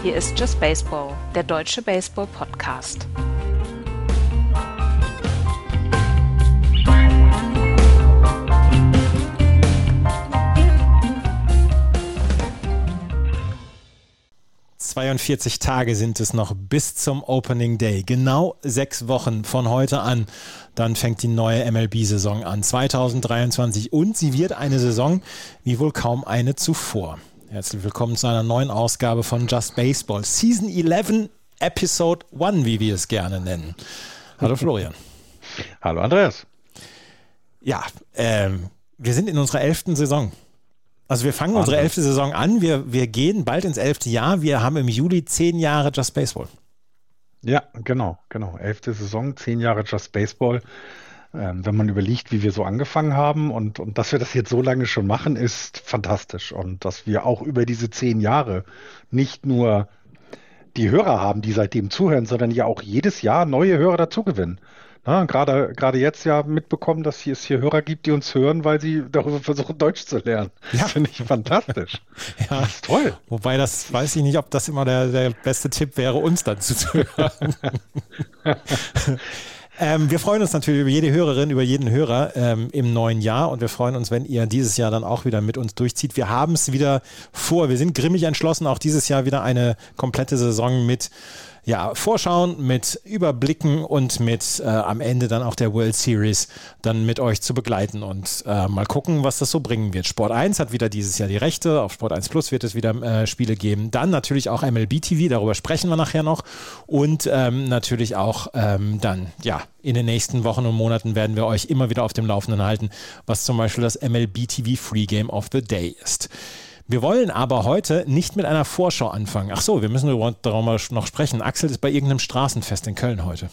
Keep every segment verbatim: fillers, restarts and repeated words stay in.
Hier ist Just Baseball, der deutsche Baseball-Podcast. zweiundvierzig Tage sind es noch bis zum Opening Day. Genau sechs Wochen von heute an. Dann fängt die neue M L B-Saison an, zwanzig dreiundzwanzig. Und sie wird eine Saison wie wohl kaum eine zuvor. Herzlich willkommen zu einer neuen Ausgabe von Just Baseball. Season elf, Episode eins, wie wir es gerne nennen. Hallo Florian. Hallo Andreas. Ja, ähm, wir sind in unserer elften Saison. Also wir fangen unsere elfte Saison an, wir, wir gehen bald ins elfte Jahr, wir haben im Juli zehn Jahre Just Baseball. Ja, genau, genau. Elfte Saison, zehn Jahre Just Baseball. Ähm, wenn man überlegt, wie wir so angefangen haben und, und dass wir das jetzt so lange schon machen, ist fantastisch. Und dass wir auch über diese zehn Jahre nicht nur die Hörer haben, die seitdem zuhören, sondern ja auch jedes Jahr neue Hörer dazugewinnen. Ja, gerade, gerade jetzt ja mitbekommen, dass es hier Hörer gibt, die uns hören, weil sie darüber versuchen, Deutsch zu lernen. Ja. Das finde ich fantastisch. Ja, das ist toll. Wobei das, weiß ich nicht, ob das immer der, der beste Tipp wäre, uns dann zuzuhören. ähm, wir freuen uns natürlich über jede Hörerin, über jeden Hörer ähm, im neuen Jahr und wir freuen uns, wenn ihr dieses Jahr dann auch wieder mit uns durchzieht. Wir haben es wieder vor. Wir sind grimmig entschlossen, auch dieses Jahr wieder eine komplette Saison mit Ja, Vorschauen, mit Überblicken und mit äh, am Ende dann auch der World Series dann mit euch zu begleiten und äh, mal gucken, was das so bringen wird. Sport eins hat wieder dieses Jahr die Rechte, auf Sport eins Plus wird es wieder äh, Spiele geben. Dann natürlich auch M L B T V, darüber sprechen wir nachher noch und ähm, natürlich auch ähm, dann, ja, in den nächsten Wochen und Monaten werden wir euch immer wieder auf dem Laufenden halten, was zum Beispiel das M L B T V Free Game of the Day ist. Wir wollen aber heute nicht mit einer Vorschau anfangen. Ach so, wir müssen darüber noch sprechen. Axel ist bei irgendeinem Straßenfest in Köln heute.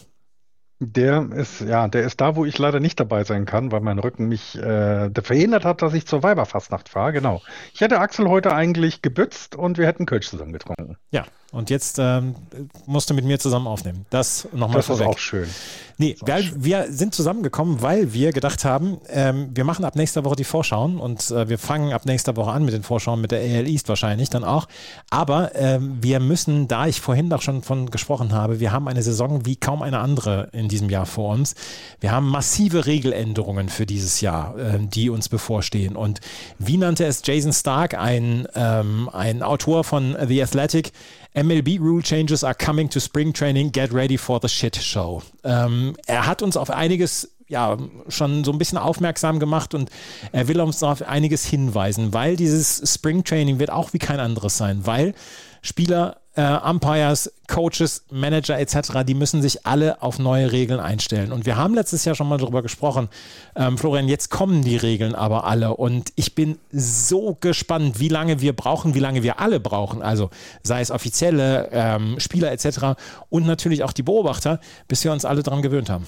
Der ist, ja, der ist da, wo ich leider nicht dabei sein kann, weil mein Rücken mich äh, verhindert hat, dass ich zur Weiberfastnacht fahre. Genau. Ich hätte Axel heute eigentlich gebützt und wir hätten Kölsch zusammen getrunken. Ja, und jetzt ähm, musst du mit mir zusammen aufnehmen. Das nochmal vorweg. Das ist auch schön. Nee, weil wir sind zusammengekommen, weil wir gedacht haben, ähm, wir machen ab nächster Woche die Vorschauen und äh, wir fangen ab nächster Woche an mit den Vorschauen, mit der A L East wahrscheinlich dann auch. Aber ähm, wir müssen, da ich vorhin auch schon von gesprochen habe, wir haben eine Saison wie kaum eine andere in diesem Jahr vor uns. Wir haben massive Regeländerungen für dieses Jahr, äh, die uns bevorstehen. Und wie nannte es Jason Stark, ein, ähm, ein Autor von The Athletic, M L B Rule Changes are coming to Spring Training, get ready for the shit show. Ähm, er hat uns auf einiges ja schon so ein bisschen aufmerksam gemacht und er will uns auf einiges hinweisen, weil dieses Spring Training wird auch wie kein anderes sein, weil Spieler, äh, Umpires, Coaches, Manager et cetera, die müssen sich alle auf neue Regeln einstellen. Und wir haben letztes Jahr schon mal darüber gesprochen, ähm, Florian, jetzt kommen die Regeln aber alle und ich bin so gespannt, wie lange wir brauchen, wie lange wir alle brauchen, also sei es Offizielle, ähm, Spieler et cetera und natürlich auch die Beobachter, bis wir uns alle dran gewöhnt haben.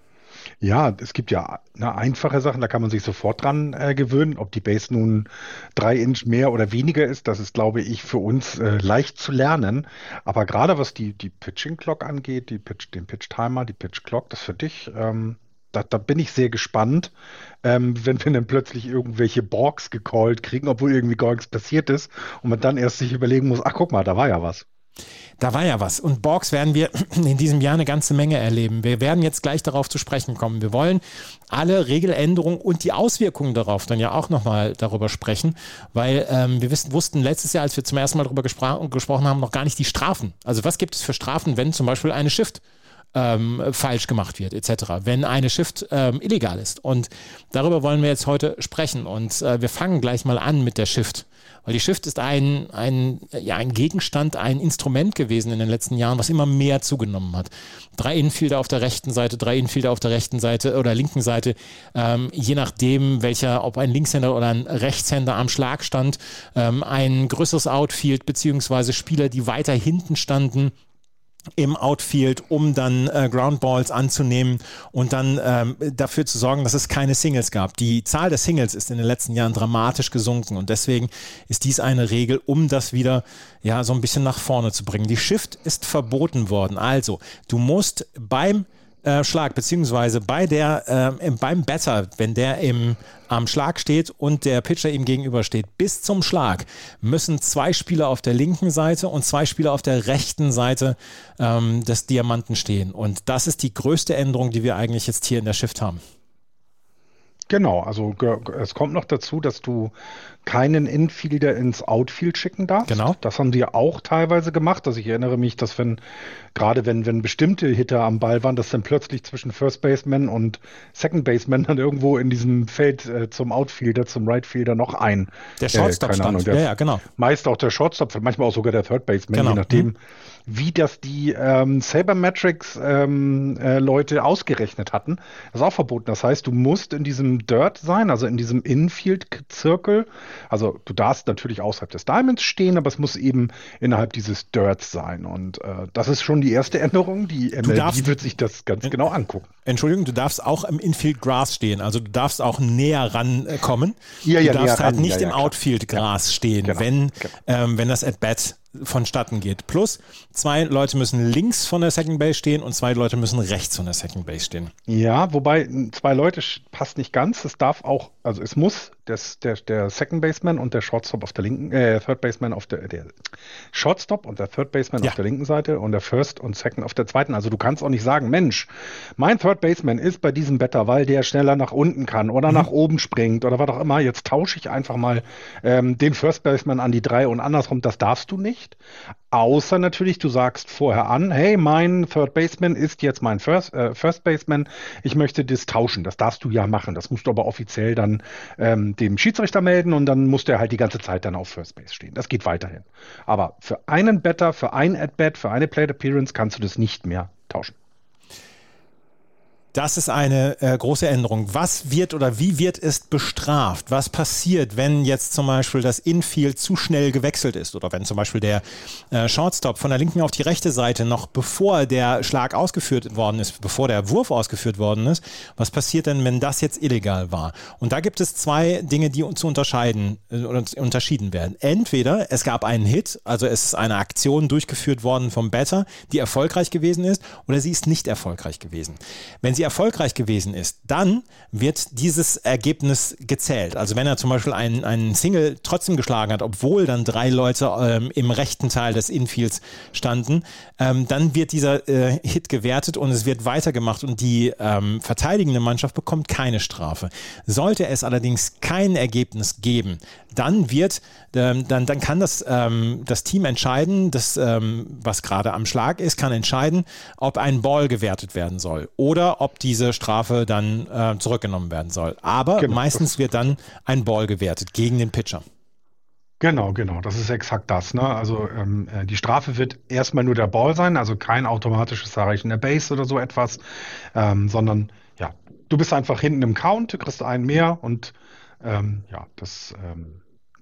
Ja, es gibt ja eine einfache Sachen, da kann man sich sofort dran äh, gewöhnen. Ob die Base nun drei Inch mehr oder weniger ist, das ist, glaube ich, für uns äh, leicht zu lernen. Aber gerade was die, die Pitching Clock angeht, die Pitch, den Pitch Timer, die Pitch Clock, das für dich, ähm, da, da bin ich sehr gespannt, ähm, wenn wir dann plötzlich irgendwelche Balks gecallt kriegen, obwohl irgendwie gar nichts passiert ist und man dann erst sich überlegen muss, ach guck mal, da war ja was. Da war ja was. Und Balks werden wir in diesem Jahr eine ganze Menge erleben. Wir werden jetzt gleich darauf zu sprechen kommen. Wir wollen alle Regeländerungen und die Auswirkungen darauf dann ja auch nochmal darüber sprechen, weil ähm, wir wissen, wussten letztes Jahr, als wir zum ersten Mal darüber gespr- gesprochen haben, noch gar nicht die Strafen. Also was gibt es für Strafen, wenn zum Beispiel eine Shift ähm, falsch gemacht wird, et cetera, wenn eine Shift ähm, illegal ist. Und darüber wollen wir jetzt heute sprechen. Und äh, wir fangen gleich mal an mit der Shift. Weil die Shift ist ein, ein, ja, ein Gegenstand, ein Instrument gewesen in den letzten Jahren, was immer mehr zugenommen hat. Drei Infielder auf der rechten Seite, drei Infielder auf der rechten Seite oder linken Seite, ähm, je nachdem, welcher, ob ein Linkshänder oder ein Rechtshänder am Schlag stand, ähm, ein größeres Outfield, beziehungsweise Spieler, die weiter hinten standen im Outfield, um dann äh, Groundballs anzunehmen und dann ähm, dafür zu sorgen, dass es keine Singles gab. Die Zahl der Singles ist in den letzten Jahren dramatisch gesunken und deswegen ist dies eine Regel, um das wieder ja so ein bisschen nach vorne zu bringen. Die Shift ist verboten worden. Also, du musst beim äh, Schlag, beziehungsweise bei der, äh, beim Batter, wenn der im, am Schlag steht und der Pitcher ihm gegenübersteht, bis zum Schlag müssen zwei Spieler auf der linken Seite und zwei Spieler auf der rechten Seite ähm, des Diamanten stehen. Und das ist die größte Änderung, die wir eigentlich jetzt hier in der Shift haben. Genau, also ge- es kommt noch dazu, dass du keinen Infielder ins Outfield schicken darfst. Genau. Das haben die ja auch teilweise gemacht. Also ich erinnere mich, dass wenn, gerade wenn, wenn bestimmte Hitter am Ball waren, dass dann plötzlich zwischen First Baseman und Second Baseman dann irgendwo in diesem Feld äh, zum Outfielder, zum Rightfielder noch ein. Der Shortstop äh, keine stand. Ahnung, der, ja, ja, genau. Meist auch der Shortstop, manchmal auch sogar der Third Baseman, Genau. je nachdem, Mhm. wie das die ähm, Sabermetrics ähm, äh, Leute ausgerechnet hatten. Das ist auch verboten. Das heißt, du musst in diesem Dirt sein, also in diesem Infield-Zirkel. Also du darfst natürlich außerhalb des Diamonds stehen, aber es muss eben innerhalb dieses Dirts sein. Und äh, das ist schon die erste Änderung. Die M L B darfst- wird sich das ganz genau angucken. Entschuldigung, du darfst auch im Infield Gras stehen, also du darfst auch näher rankommen. Ja, du ja, darfst näher halt ran. nicht Ja, ja, im klar. Outfield Gras stehen, Genau, wenn, genau. ähm, wenn das At-Bat vonstatten geht. Plus zwei Leute müssen links von der Second Base stehen und zwei Leute müssen rechts von der Second Base stehen. Ja, wobei zwei Leute sch- passt nicht ganz. Es darf auch, also es muss das, der, der Second Baseman und der Shortstop auf der linken, äh, Third Baseman auf der, der Shortstop und der Third Baseman Ja. auf der linken Seite und der First und Second auf der zweiten. Also du kannst auch nicht sagen, Mensch, mein Third Baseman ist bei diesem Batter, weil der schneller nach unten kann oder nach oben springt oder was auch immer. Jetzt tausche ich einfach mal ähm, den First Baseman an die drei und andersrum. Das darfst du nicht. Außer natürlich, du sagst vorher an, hey, mein Third Baseman ist jetzt mein First, äh, First Baseman, ich möchte das tauschen. Das darfst du ja machen. Das musst du aber offiziell dann ähm, dem Schiedsrichter melden und dann muss der halt die ganze Zeit dann auf First Base stehen. Das geht weiterhin. Aber für einen Batter, für ein At-Bat, für eine Plate Appearance kannst du das nicht mehr tauschen. Das ist eine äh, große Änderung. Was wird oder wie wird es bestraft? Was passiert, wenn jetzt zum Beispiel das Infield zu schnell gewechselt ist oder wenn zum Beispiel der äh, Shortstop von der linken auf die rechte Seite noch bevor der Schlag ausgeführt worden ist, bevor der Wurf ausgeführt worden ist? Was passiert denn, wenn das jetzt illegal war? Und da gibt es zwei Dinge, die zu unterscheiden äh, oder unterschieden werden. Entweder es gab einen Hit, also es ist eine Aktion durchgeführt worden vom Batter, die erfolgreich gewesen ist, oder sie ist nicht erfolgreich gewesen. Wenn sie erfolgreich gewesen ist, dann wird dieses Ergebnis gezählt. Also wenn er zum Beispiel einen, einen Single trotzdem geschlagen hat, obwohl dann drei Leute ähm, im rechten Teil des Infields standen, ähm, dann wird dieser äh, Hit gewertet und es wird weitergemacht und die ähm, verteidigende Mannschaft bekommt keine Strafe. Sollte es allerdings kein Ergebnis geben, dann wird, ähm, dann, dann kann das, ähm, das Team entscheiden, das, ähm, was gerade am Schlag ist, kann entscheiden, ob ein Ball gewertet werden soll oder ob diese Strafe dann äh, zurückgenommen werden soll. Aber Genau. meistens wird dann ein Ball gewertet gegen den Pitcher. Genau, genau, das ist exakt das. Ne? Also ähm, äh, die Strafe wird erstmal nur der Ball sein, also kein automatisches Erreichen der Base oder so etwas, ähm, sondern ja, du bist einfach hinten im Count, du kriegst einen mehr und ähm, ja, das ähm,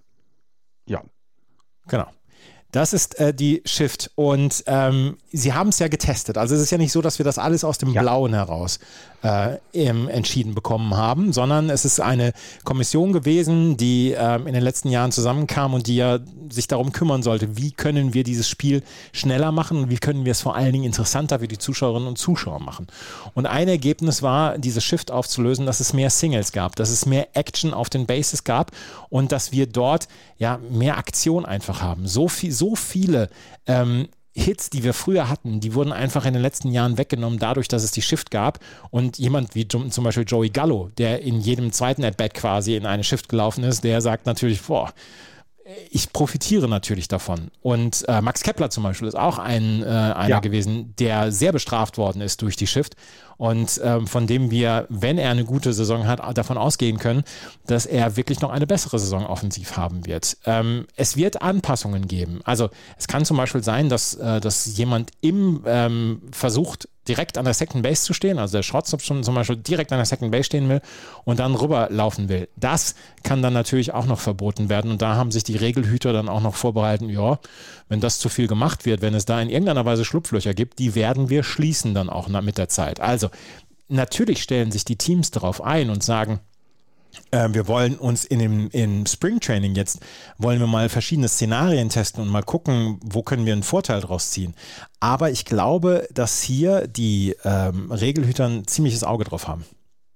ja. Genau. Das ist äh, die Shift und ähm, sie haben es ja getestet. Also es ist ja nicht so, dass wir das alles aus dem Ja. Blauen heraus äh, eben entschieden bekommen haben, sondern es ist eine Kommission gewesen, die ähm, in den letzten Jahren zusammenkam und die ja sich darum kümmern sollte, wie können wir dieses Spiel schneller machen und wie können wir es vor allen Dingen interessanter für die Zuschauerinnen und Zuschauer machen. Und ein Ergebnis war, diese Shift aufzulösen, dass es mehr Singles gab, dass es mehr Action auf den Bases gab und dass wir dort ja mehr Aktion einfach haben. So viel, so viele ähm, Hits, die wir früher hatten, die wurden einfach in den letzten Jahren weggenommen, dadurch, dass es die Shift gab. Und jemand wie zum Beispiel Joey Gallo, der in jedem zweiten At-Bat quasi in eine Shift gelaufen ist, der sagt natürlich, boah, ich profitiere natürlich davon. Und äh, Max Kepler zum Beispiel ist auch ein, äh, einer Ja. gewesen, der sehr bestraft worden ist durch die Shift und ähm, von dem wir, wenn er eine gute Saison hat, davon ausgehen können, dass er wirklich noch eine bessere Saison offensiv haben wird. Ähm, es wird Anpassungen geben. Also es kann zum Beispiel sein, dass, äh, dass jemand im ähm, versucht, direkt an der Second Base zu stehen, also der Shortstop schon zum Beispiel direkt an der Second Base stehen will und dann rüberlaufen will. Das kann dann natürlich auch noch verboten werden und da haben sich die Regelhüter dann auch noch vorbehalten, ja, wenn das zu viel gemacht wird, wenn es da in irgendeiner Weise Schlupflöcher gibt, die werden wir schließen dann auch mit der Zeit. Also natürlich stellen sich die Teams darauf ein und sagen, äh, wir wollen uns in dem in Spring Training jetzt, wollen wir mal verschiedene Szenarien testen und mal gucken, wo können wir einen Vorteil draus ziehen. Aber ich glaube, dass hier die ähm, Regelhüter ein ziemliches Auge drauf haben.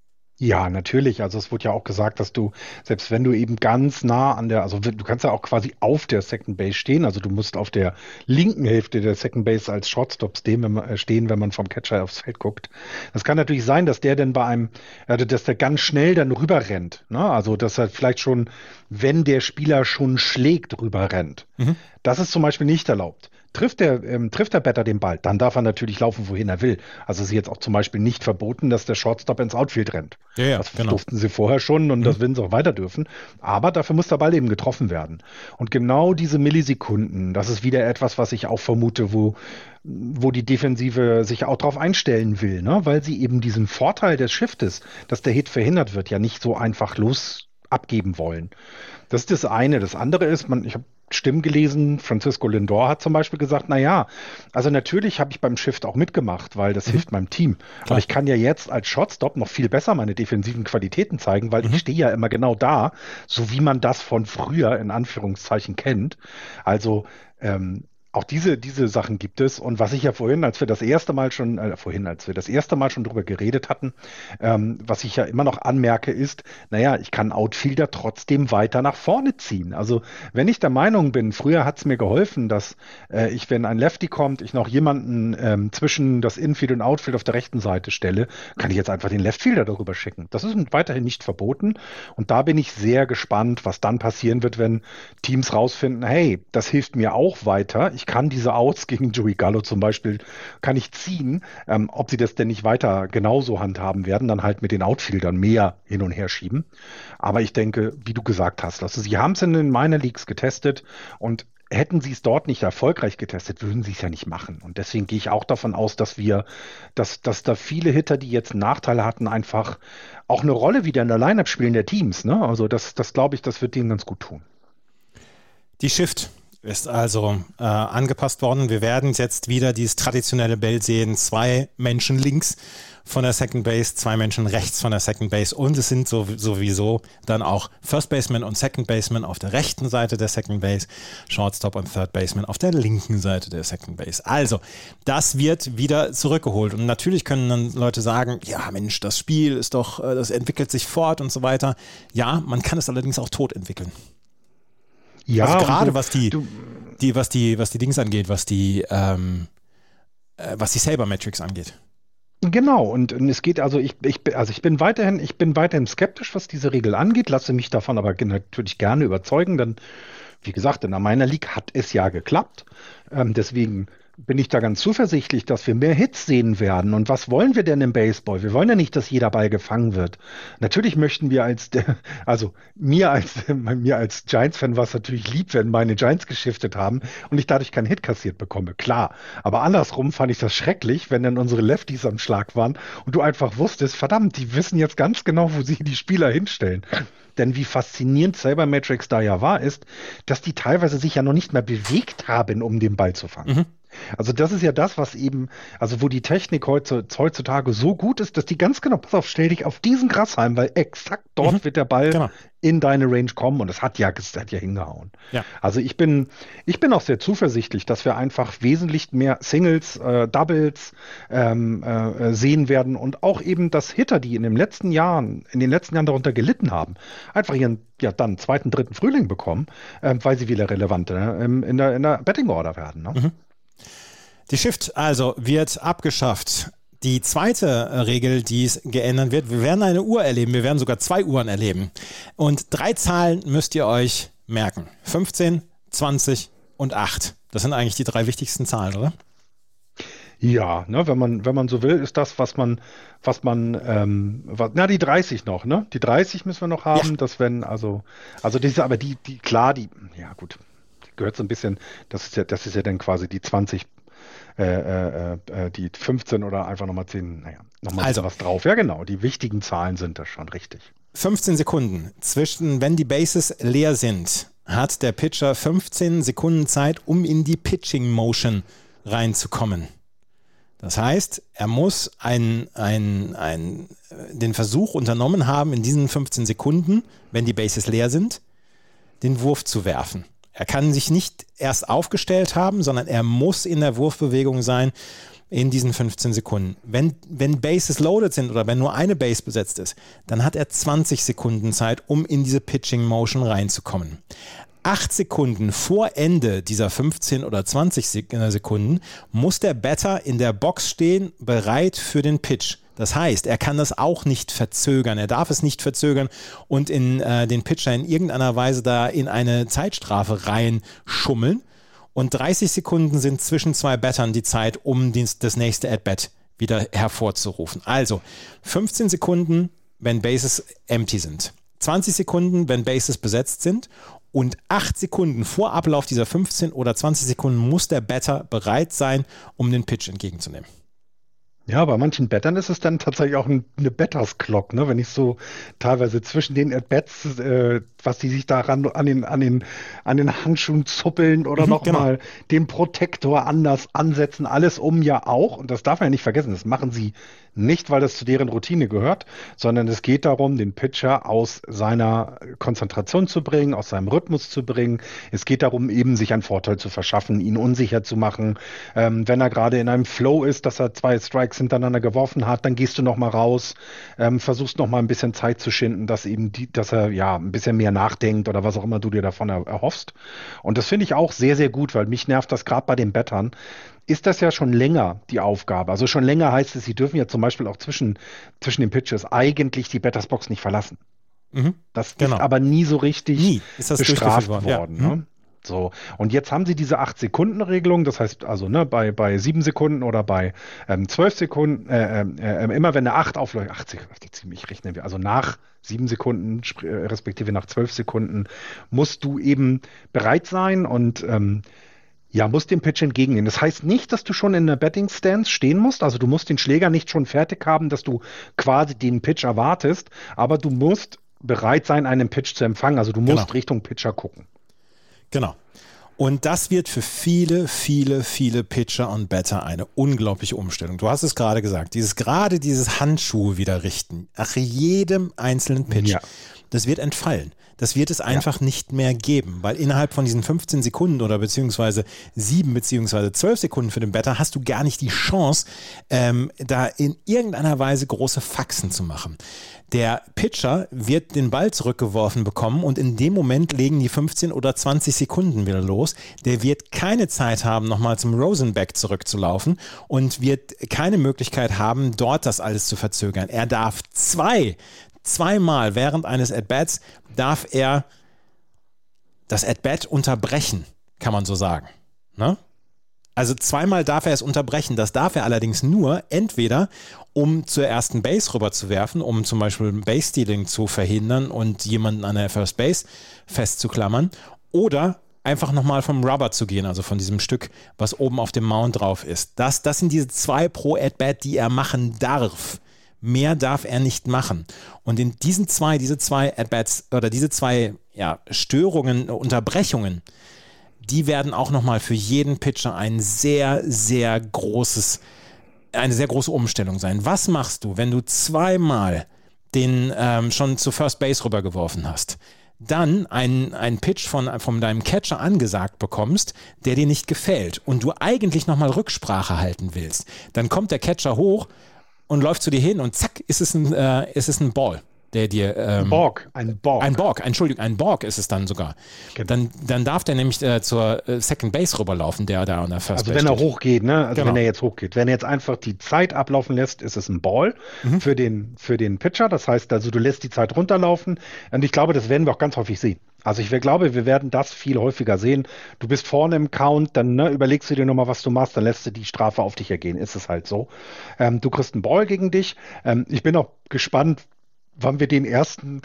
Ja, natürlich. Also es wurde ja auch gesagt, dass du, selbst wenn du eben ganz nah an der, also du kannst ja auch quasi auf der Second Base stehen, also du musst auf der linken Hälfte der Second Base als Shortstop stehen, wenn man, stehen, wenn man vom Catcher aufs Feld guckt. Das kann natürlich sein, dass der dann bei einem, also dass der ganz schnell dann rüber rennt, ne? Also dass er vielleicht schon, wenn der Spieler schon schlägt, rüber rennt. Mhm. Das ist zum Beispiel nicht erlaubt. Trifft der, ähm, trifft der Batter den Ball, dann darf er natürlich laufen, wohin er will. Also es ist jetzt auch zum Beispiel nicht verboten, dass der Shortstop ins Outfield rennt. Ja, ja, das genau. durften sie vorher schon und mhm. das werden sie auch weiter dürfen. Aber dafür muss der Ball eben getroffen werden. Und genau diese Millisekunden, das ist wieder etwas, was ich auch vermute, wo, wo die Defensive sich auch drauf einstellen will, ne? Weil sie eben diesen Vorteil des Shiftes, dass der Hit verhindert wird, ja nicht so einfach los abgeben wollen. Das ist das eine. Das andere ist, man, ich habe Stimmen gelesen, Francisco Lindor hat zum Beispiel gesagt, na ja, also natürlich habe ich beim Shift auch mitgemacht, weil das mhm. hilft meinem Team. Klar. Aber ich kann ja jetzt als Shortstop noch viel besser meine defensiven Qualitäten zeigen, weil mhm. ich stehe ja immer genau da, so wie man das von früher in Anführungszeichen kennt. Also ähm, auch diese, diese Sachen gibt es. Und was ich ja vorhin, als wir das erste Mal schon, äh, vorhin, als wir das erste Mal schon drüber geredet hatten, ähm, was ich ja immer noch anmerke, ist, naja, ich kann Outfielder trotzdem weiter nach vorne ziehen. Also wenn ich der Meinung bin, früher hat es mir geholfen, dass äh, ich, wenn ein Lefty kommt, ich noch jemanden ähm, zwischen das Infield und Outfield auf der rechten Seite stelle, kann ich jetzt einfach den Leftfielder darüber schicken. Das ist weiterhin nicht verboten. Und da bin ich sehr gespannt, was dann passieren wird, wenn Teams rausfinden, hey, das hilft mir auch weiter. Ich kann diese Outs gegen Joey Gallo zum Beispiel, kann ich ziehen. Ähm, ob sie das denn nicht weiter genauso handhaben werden, dann halt mit den Outfieldern mehr hin und her schieben. Aber ich denke, wie du gesagt hast, also sie haben es in den Minor Leagues getestet und hätten sie es dort nicht erfolgreich getestet, würden sie es ja nicht machen. Und deswegen gehe ich auch davon aus, dass wir, dass, dass da viele Hitter, die jetzt Nachteile hatten, einfach auch eine Rolle wieder in der Lineup spielen der Teams. Ne? Also das, das glaube ich, das wird denen ganz gut tun. Die Shift ist also äh, angepasst worden. Wir werden jetzt wieder dieses traditionelle Bild sehen. Zwei Menschen links von der Second Base, zwei Menschen rechts von der Second Base und es sind so, sowieso dann auch First Baseman und Second Baseman auf der rechten Seite der Second Base, Shortstop und Third Baseman auf der linken Seite der Second Base. Also, das wird wieder zurückgeholt und natürlich können dann Leute sagen, ja Mensch, das Spiel ist doch, das entwickelt sich fort und so weiter. Ja, man kann es allerdings auch tot entwickeln. Ja, also gerade was die, die, was die, was die Dings angeht, was die, ähm, äh, was die Sabermetrics angeht. Genau, und, und es geht also, ich, ich, also ich bin weiterhin, ich bin weiterhin skeptisch, was diese Regel angeht, lasse mich davon aber natürlich gerne überzeugen, denn wie gesagt, in der Minor League hat es ja geklappt. Ähm, deswegen bin ich da ganz zuversichtlich, dass wir mehr Hits sehen werden. Und was wollen wir denn im Baseball? Wir wollen ja nicht, dass jeder Ball gefangen wird. Natürlich möchten wir als, also mir als, mir als Giants-Fan war es natürlich lieb, wenn meine Giants geschiftet haben und ich dadurch keinen Hit kassiert bekomme. Klar. Aber andersrum fand ich das schrecklich, wenn dann unsere Lefties am Schlag waren und du einfach wusstest, verdammt, die wissen jetzt ganz genau, wo sie die Spieler hinstellen. Denn wie faszinierend Sabermetrics da ja war, ist, dass die teilweise sich ja noch nicht mehr bewegt haben, um den Ball zu fangen. Mhm. Also das ist ja das, was eben, also wo die Technik heutzutage so gut ist, dass die ganz genau, pass auf, stell dich auf diesen Grashalm, weil exakt dort mhm. wird der Ball genau. in deine Range kommen und es hat ja, es hat ja hingehauen. Ja. Also ich bin, ich bin auch sehr zuversichtlich, dass wir einfach wesentlich mehr Singles, äh, Doubles ähm, äh, sehen werden und auch eben, dass Hitter, die in den letzten Jahren, in den letzten Jahren darunter gelitten haben, einfach ihren ja dann zweiten, dritten Frühling bekommen, äh, weil sie wieder relevant äh, in der, in der Betting Order werden. Ne? Mhm. Die Shift also wird abgeschafft. Die zweite Regel, die es geändert wird, wir werden eine Uhr erleben, wir werden sogar zwei Uhren erleben. Und drei Zahlen müsst ihr euch merken. fünfzehn, zwanzig und acht. Das sind eigentlich die drei wichtigsten Zahlen, oder? Ja, ne, wenn man, wenn man so will, ist das, was man, was man, ähm, was, na, die dreißig noch, ne? Die dreißig müssen wir noch haben, ja. Das wenn, also, also diese, aber die, die, klar, die, ja gut, die gehört so ein bisschen, das ist ja, das ist ja dann quasi die zwanzig, Äh, äh, die fünfzehn oder einfach nochmal zehn, naja, nochmal also, was drauf. Ja, genau, die wichtigen Zahlen sind das schon richtig. fünfzehn Sekunden zwischen, wenn die Bases leer sind, hat der Pitcher fünfzehn Sekunden Zeit, um in die Pitching Motion reinzukommen. Das heißt, er muss ein, ein, ein, den Versuch unternommen haben, in diesen fünfzehn Sekunden, wenn die Bases leer sind, den Wurf zu werfen. Er kann sich nicht erst aufgestellt haben, sondern er muss in der Wurfbewegung sein in diesen fünfzehn Sekunden. Wenn, wenn Bases loaded sind oder wenn nur eine Base besetzt ist, dann hat er zwanzig Sekunden Zeit, um in diese Pitching-Motion reinzukommen. Acht Sekunden vor Ende dieser fünfzehn oder zwanzig Sekunden muss der Batter in der Box stehen, bereit für den Pitch. Das heißt, er kann das auch nicht verzögern. Er darf es nicht verzögern und in äh, den Pitcher in irgendeiner Weise da in eine Zeitstrafe reinschummeln. Und dreißig Sekunden sind zwischen zwei Battern die Zeit, um dies, das nächste At-Bat wieder hervorzurufen. Also fünfzehn Sekunden, wenn Bases empty sind. zwanzig Sekunden, wenn Bases besetzt sind. Und acht Sekunden vor Ablauf dieser fünfzehn oder zwanzig Sekunden muss der Batter bereit sein, um den Pitch entgegenzunehmen. Ja, bei manchen Battern ist es dann tatsächlich auch ein, eine Batters Clock, ne? Wenn ich so teilweise zwischen den At-Bats, äh, was die sich daran an den, an den, an den Handschuhen zuppeln oder Mhm, nochmal genau. den Protektor anders ansetzen, alles um ja auch, und das darf man ja nicht vergessen, das machen sie nicht, weil das zu deren Routine gehört, sondern es geht darum, den Pitcher aus seiner Konzentration zu bringen, aus seinem Rhythmus zu bringen. Es geht darum, eben sich einen Vorteil zu verschaffen, ihn unsicher zu machen. Ähm, wenn er gerade in einem Flow ist, dass er zwei Strikes hintereinander geworfen hat, dann gehst du noch mal raus, ähm, versuchst noch mal ein bisschen Zeit zu schinden, dass eben die, dass er ja ein bisschen mehr nachdenkt oder was auch immer du dir davon er, erhoffst. Und das finde ich auch sehr, sehr gut, weil mich nervt das gerade bei den Battern. Ist das ja schon länger die Aufgabe. Also schon länger heißt es, sie dürfen ja zum Beispiel auch zwischen, zwischen den Pitches eigentlich die Battersbox nicht verlassen. Mhm, Das genau. ist aber nie so richtig Nie ist das bestraft durchgeführt worden. worden. Ja. Ne? So. Und jetzt haben sie diese acht-Sekunden-Regelung, das heißt also ne, bei, bei sieben Sekunden oder bei ähm, zwölf Sekunden, äh, äh, äh, immer wenn eine acht aufläuft, acht Sekunden, ich rechne, wir, also nach sieben Sekunden, respektive nach zwölf Sekunden, musst du eben bereit sein und ähm, ja, musst dem Pitch entgegennehmen. Das heißt nicht, dass du schon in der Batting Stance stehen musst. Also du musst den Schläger nicht schon fertig haben, dass du quasi den Pitch erwartest, aber du musst bereit sein, einen Pitch zu empfangen. Also du musst Genau. Richtung Pitcher gucken. Genau. Und das wird für viele, viele, viele Pitcher und Batter eine unglaubliche Umstellung. Du hast es gerade gesagt, dieses gerade dieses Handschuh wieder richten, nach jedem einzelnen Pitch, Ja. das wird entfallen. Das wird es einfach ja. nicht mehr geben, weil innerhalb von diesen fünfzehn Sekunden oder beziehungsweise sieben beziehungsweise zwölf Sekunden für den Batter hast du gar nicht die Chance, ähm, da in irgendeiner Weise große Faxen zu machen. Der Pitcher wird den Ball zurückgeworfen bekommen und in dem Moment legen die fünfzehn oder zwanzig Sekunden wieder los. Der wird keine Zeit haben, nochmal zum Rosenback zurückzulaufen und wird keine Möglichkeit haben, dort das alles zu verzögern. Er darf zwei Zweimal während eines At-Bats darf er das At-Bat unterbrechen, kann man so sagen. Ne? Also zweimal darf er es unterbrechen. Das darf er allerdings nur entweder, um zur ersten Base rüber zu werfen, um zum Beispiel Base-Stealing zu verhindern und jemanden an der First Base festzuklammern, oder einfach nochmal vom Rubber zu gehen, also von diesem Stück, was oben auf dem Mound drauf ist. Das, das sind diese zwei pro At-Bat, die er machen darf. Mehr darf er nicht machen. Und in diesen zwei, diese zwei At-Bats oder diese zwei ja, Störungen, Unterbrechungen, die werden auch nochmal für jeden Pitcher ein sehr, sehr großes, eine sehr große Umstellung sein. Was machst du, wenn du zweimal den ähm, schon zu First Base rübergeworfen hast, dann einen, einen Pitch von, von deinem Catcher angesagt bekommst, der dir nicht gefällt und du eigentlich nochmal Rücksprache halten willst? Dann kommt der Catcher hoch und läuft zu dir hin und zack, ist es ein, äh, ist es ein Ball, der dir... Ähm, Borg, ein Borg. Ein Borg, Entschuldigung, ein Borg ist es dann sogar. Genau. Dann, dann darf der nämlich äh, zur äh, Second Base rüberlaufen, der da an der First Also Base wenn er steht. hochgeht, ne? Also Genau. wenn er jetzt hochgeht. Wenn er jetzt einfach die Zeit ablaufen lässt, ist es ein Ball Mhm. für den, für den Pitcher. Das heißt also, du lässt die Zeit runterlaufen. Und ich glaube, das werden wir auch ganz häufig sehen. Also ich glaube, wir werden das viel häufiger sehen. Du bist vorne im Count, dann ne, überlegst du dir nochmal, was du machst, dann lässt du die Strafe auf dich ergehen. Ist es halt so. Ähm, du kriegst einen Ball gegen dich. Ähm, ich bin auch gespannt, wann wir den ersten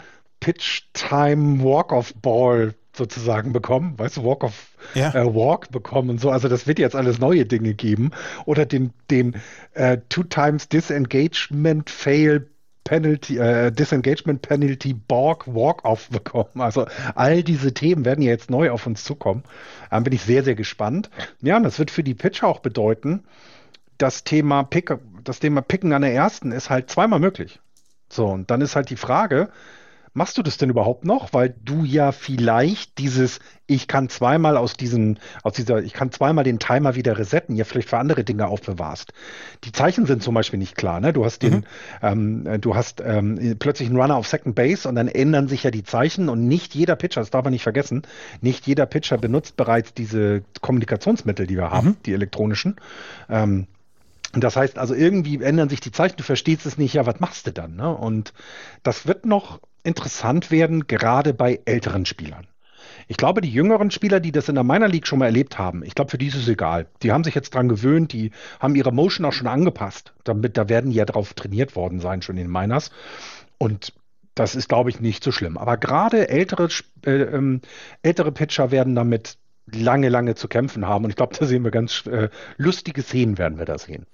Pitch-Time-Walk-Off-Ball sozusagen bekommen, weißt du, Walk-Off Ja. äh, Walk bekommen und so. Also das wird jetzt alles neue Dinge geben. Oder den, den äh, Two Times Disengagement Fail Penalty, äh, Disengagement Penalty Borg Walk-Off bekommen. Also all diese Themen werden ja jetzt neu auf uns zukommen. Ähm, bin ich sehr, sehr gespannt. Ja, und das wird für die Pitcher auch bedeuten, das Thema Pick, das Thema Picken an der ersten ist halt zweimal möglich. So, und dann ist halt die Frage, machst du das denn überhaupt noch? Weil du ja vielleicht dieses, ich kann zweimal aus diesem, aus dieser, ich kann zweimal den Timer wieder resetten, ja vielleicht für andere Dinge aufbewahrst. Die Zeichen sind zum Beispiel nicht klar, ne? Du hast den, mhm. ähm, du hast ähm, plötzlich einen Runner auf Second Base und dann ändern sich ja die Zeichen und nicht jeder Pitcher, das darf man nicht vergessen, nicht jeder Pitcher benutzt bereits diese Kommunikationsmittel, die wir haben, mhm. die elektronischen. Ähm, Das heißt also, irgendwie ändern sich die Zeichen, du verstehst es nicht, ja, was machst du dann? Ne? Und das wird noch interessant werden, gerade bei älteren Spielern. Ich glaube, die jüngeren Spieler, die das in der Minor League schon mal erlebt haben, ich glaube, für die ist es egal. Die haben sich jetzt dran gewöhnt, die haben ihre Motion auch schon angepasst. Damit, da werden die ja drauf trainiert worden sein, schon in den Minors. Und das ist, glaube ich, nicht so schlimm. Aber gerade ältere, äh, ähm, ältere Pitcher werden damit lange, lange zu kämpfen haben. Und ich glaube, da sehen wir ganz äh, lustige Szenen, werden wir da sehen.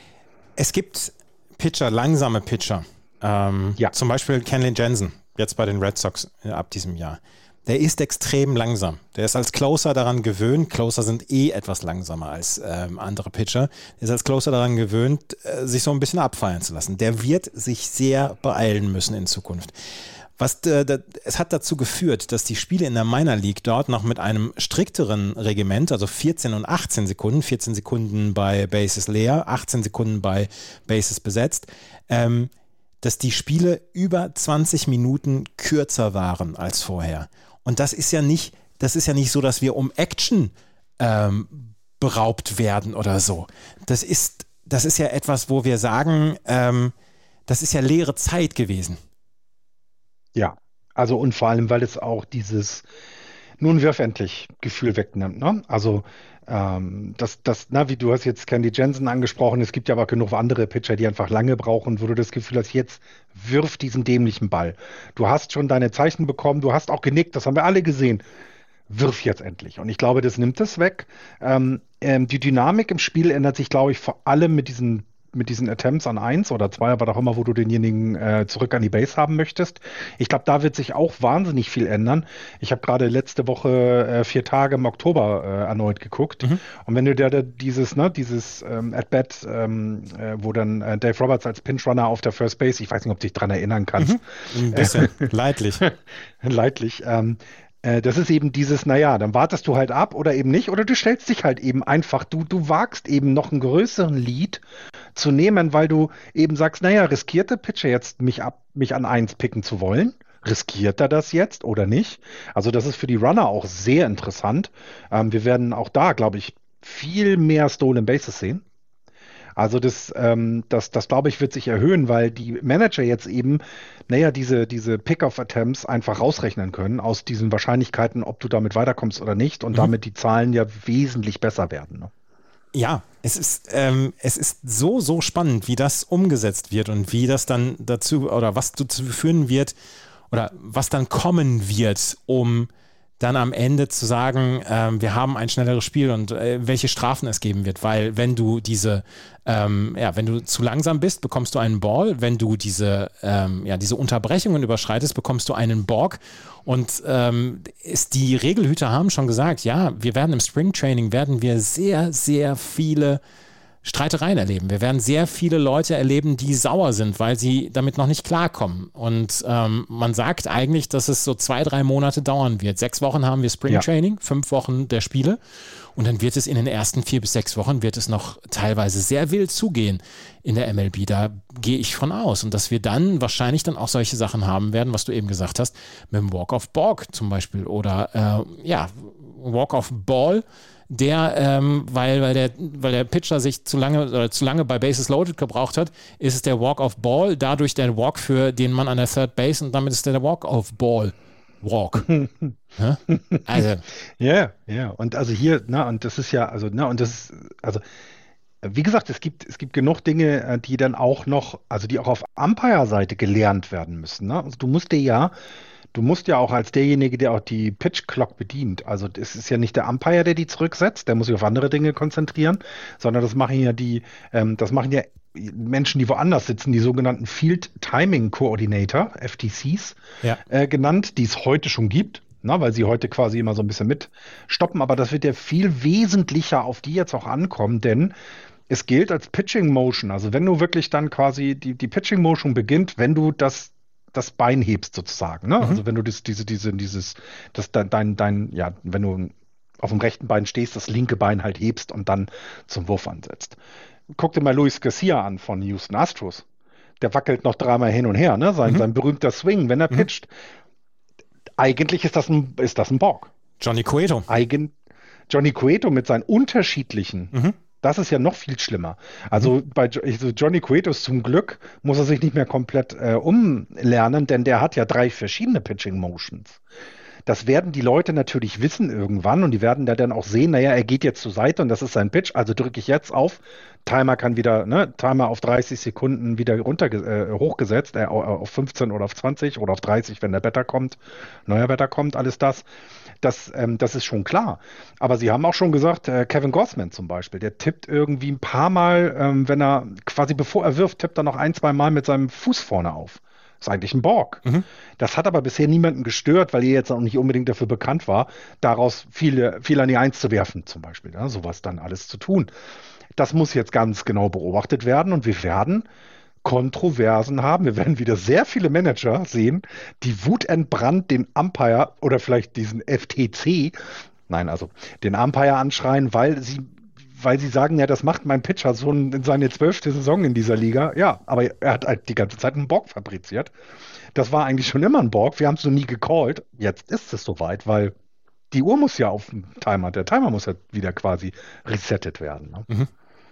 Es gibt Pitcher, langsame Pitcher. Ähm, ja. Zum Beispiel Kenley Jansen, jetzt bei den Red Sox äh, ab diesem Jahr. Der ist extrem langsam. Der ist als Closer daran gewöhnt. Closer sind eh etwas langsamer als ähm, andere Pitcher. Der ist als Closer daran gewöhnt, äh, sich so ein bisschen abfeiern zu lassen. Der wird sich sehr beeilen müssen in Zukunft. Was, äh, da, es hat dazu geführt, dass die Spiele in der Minor League dort noch mit einem strikteren Regiment, also vierzehn und achtzehn Sekunden, vierzehn Sekunden bei Bases leer, achtzehn Sekunden bei Bases besetzt, ähm, dass die Spiele über zwanzig Minuten kürzer waren als vorher. Und das ist ja nicht, das ist ja nicht so, dass wir um Action ähm, beraubt werden oder so. Das ist, das ist ja etwas, wo wir sagen, ähm, das ist ja leere Zeit gewesen. Ja, also und vor allem, weil es auch dieses nun wirf endlich Gefühl wegnimmt. Ne? Also ähm, das, das, na, wie du hast jetzt Kenley Jansen angesprochen, es gibt ja aber genug andere Pitcher, die einfach lange brauchen, wo du das Gefühl hast, jetzt wirf diesen dämlichen Ball. Du hast schon deine Zeichen bekommen, du hast auch genickt, das haben wir alle gesehen. Wirf jetzt endlich. Und ich glaube, das nimmt es weg. Ähm, ähm, die Dynamik im Spiel ändert sich, glaube ich, vor allem mit diesen mit diesen Attempts an eins oder zwei, aber auch immer, wo du denjenigen äh, zurück an die Base haben möchtest. Ich glaube, da wird sich auch wahnsinnig viel ändern. Ich habe gerade letzte Woche äh, vier Tage im Oktober äh, erneut geguckt. Mhm. Und wenn du da, da dieses, ne, dieses ähm, At-Bat, ähm, äh, wo dann äh, Dave Roberts als Pinch-Runner auf der First Base, ich weiß nicht, ob du dich dran erinnern kannst. Mhm. Ein bisschen, leidlich. Leidlich, ähm, das ist eben dieses, naja, dann wartest du halt ab oder eben nicht, oder du stellst dich halt eben einfach, du, du wagst eben noch einen größeren Lead zu nehmen, weil du eben sagst, naja, riskiert der Pitcher jetzt mich ab, mich an eins picken zu wollen? Riskiert er das jetzt oder nicht? Also das ist für die Runner auch sehr interessant. Ähm, wir werden auch da, glaube ich, viel mehr Stolen Bases sehen. Also das, ähm, das, das glaube ich, wird sich erhöhen, weil die Manager jetzt eben, naja, diese, diese Pick-off-Attempts einfach rausrechnen können aus diesen Wahrscheinlichkeiten, ob du damit weiterkommst oder nicht und mhm. damit die Zahlen ja wesentlich besser werden. Ne? Ja, es ist, ähm, es ist so, so spannend, wie das umgesetzt wird und wie das dann dazu oder was dazu führen wird oder was dann kommen wird, um dann am Ende zu sagen, ähm, wir haben ein schnelleres Spiel und äh, welche Strafen es geben wird, weil wenn du diese, ähm, ja, wenn du zu langsam bist, bekommst du einen Ball, wenn du diese, ähm, ja, diese Unterbrechungen überschreitest, bekommst du einen Balk und ähm, ist, die Regelhüter haben schon gesagt, ja, wir werden im Springtraining, werden wir sehr, sehr viele Streitereien erleben. Wir werden sehr viele Leute erleben, die sauer sind, weil sie damit noch nicht klarkommen. Und ähm, man sagt eigentlich, dass es so zwei, drei Monate dauern wird. Sechs Wochen haben wir Springtraining, ja. fünf Wochen der Spiele. Und dann wird es in den ersten vier bis sechs Wochen wird es noch teilweise sehr wild zugehen in der M L B. Da gehe ich von aus. Und dass wir dann wahrscheinlich dann auch solche Sachen haben werden, was du eben gesagt hast, mit dem Walk-off-Balk zum Beispiel oder äh, ja, Walk-off-Ball, der, ähm, weil, weil, der, weil der Pitcher sich zu lange oder zu lange bei Bases Loaded gebraucht hat, ist es der Walk-off-Ball, dadurch der Walk für den Mann an der Third Base und damit ist der Walk-off-Ball. Walk. ja? Also. Ja, yeah, ja. Yeah. Und also hier, na, und das ist ja, also, na, und das ist, also, wie gesagt, es gibt, es gibt genug Dinge, die dann auch noch, also die auch auf Umpire-Seite gelernt werden müssen. Ne? Also du musst dir ja Du musst ja auch als derjenige, der auch die Pitch Clock bedient, also es ist ja nicht der Umpire, der die zurücksetzt, der muss sich auf andere Dinge konzentrieren, sondern das machen ja die, ähm, das machen ja Menschen, die woanders sitzen, die sogenannten Field Timing Coordinator, F T Cs, ja. äh, genannt, die es heute schon gibt. Na, weil sie heute quasi immer so ein bisschen mitstoppen, aber das wird ja viel wesentlicher auf die jetzt auch ankommen, denn es gilt als Pitching Motion. Also wenn du wirklich dann quasi die, die Pitching Motion beginnt, wenn du das, das Bein hebst sozusagen. Ne? Mhm. Also wenn du das, diese, diese, dieses, das dein, dein, dein, ja, wenn du auf dem rechten Bein stehst, das linke Bein halt hebst und dann zum Wurf ansetzt. Guck dir mal Luis Garcia an von Houston Astros. Der wackelt noch dreimal hin und her, ne? Sein, Mhm. sein berühmter Swing, wenn er Mhm. pitcht. Eigentlich ist das ein, ist das ein Balk. Johnny Cueto. Eigen, Johnny Cueto mit seinen unterschiedlichen, Mhm. das ist ja noch viel schlimmer. Also bei Jo- also Johnny Cueto ist zum Glück, muss er sich nicht mehr komplett äh, umlernen, denn der hat ja drei verschiedene Pitching Motions. Das werden die Leute natürlich wissen irgendwann und die werden da dann auch sehen, naja, er geht jetzt zur Seite und das ist sein Pitch, also drücke ich jetzt auf. Timer kann wieder, ne, Timer auf dreißig Sekunden wieder runter, äh, hochgesetzt, äh, auf fünfzehn oder auf zwanzig oder auf dreißig, wenn der Batter kommt, neuer Batter kommt, alles das. Das, ähm, das ist schon klar. Aber sie haben auch schon gesagt, äh, Kevin Gausman zum Beispiel, der tippt irgendwie ein paar Mal, ähm, wenn er quasi bevor er wirft, tippt er noch ein, zwei Mal mit seinem Fuß vorne auf. Ist eigentlich ein Borg. Mhm. Das hat aber bisher niemanden gestört, weil er jetzt auch nicht unbedingt dafür bekannt war, daraus viele, viel an die Eins zu werfen, zum Beispiel. Ja, sowas dann alles zu tun. Das muss jetzt ganz genau beobachtet werden und wir werden Kontroversen haben. Wir werden wieder sehr viele Manager sehen, die wutentbrannt den Umpire oder vielleicht diesen F T C, nein, also den Umpire anschreien, weil sie weil sie sagen, ja, das macht mein Pitcher so in seine zwölfte Saison in dieser Liga. Ja, aber er hat halt die ganze Zeit einen Borg fabriziert. Das war eigentlich schon immer ein Borg. Wir haben es noch nie gecallt. Jetzt ist es soweit, weil die Uhr muss ja auf dem Timer, der Timer muss ja wieder quasi resettet werden. Ne? Mhm.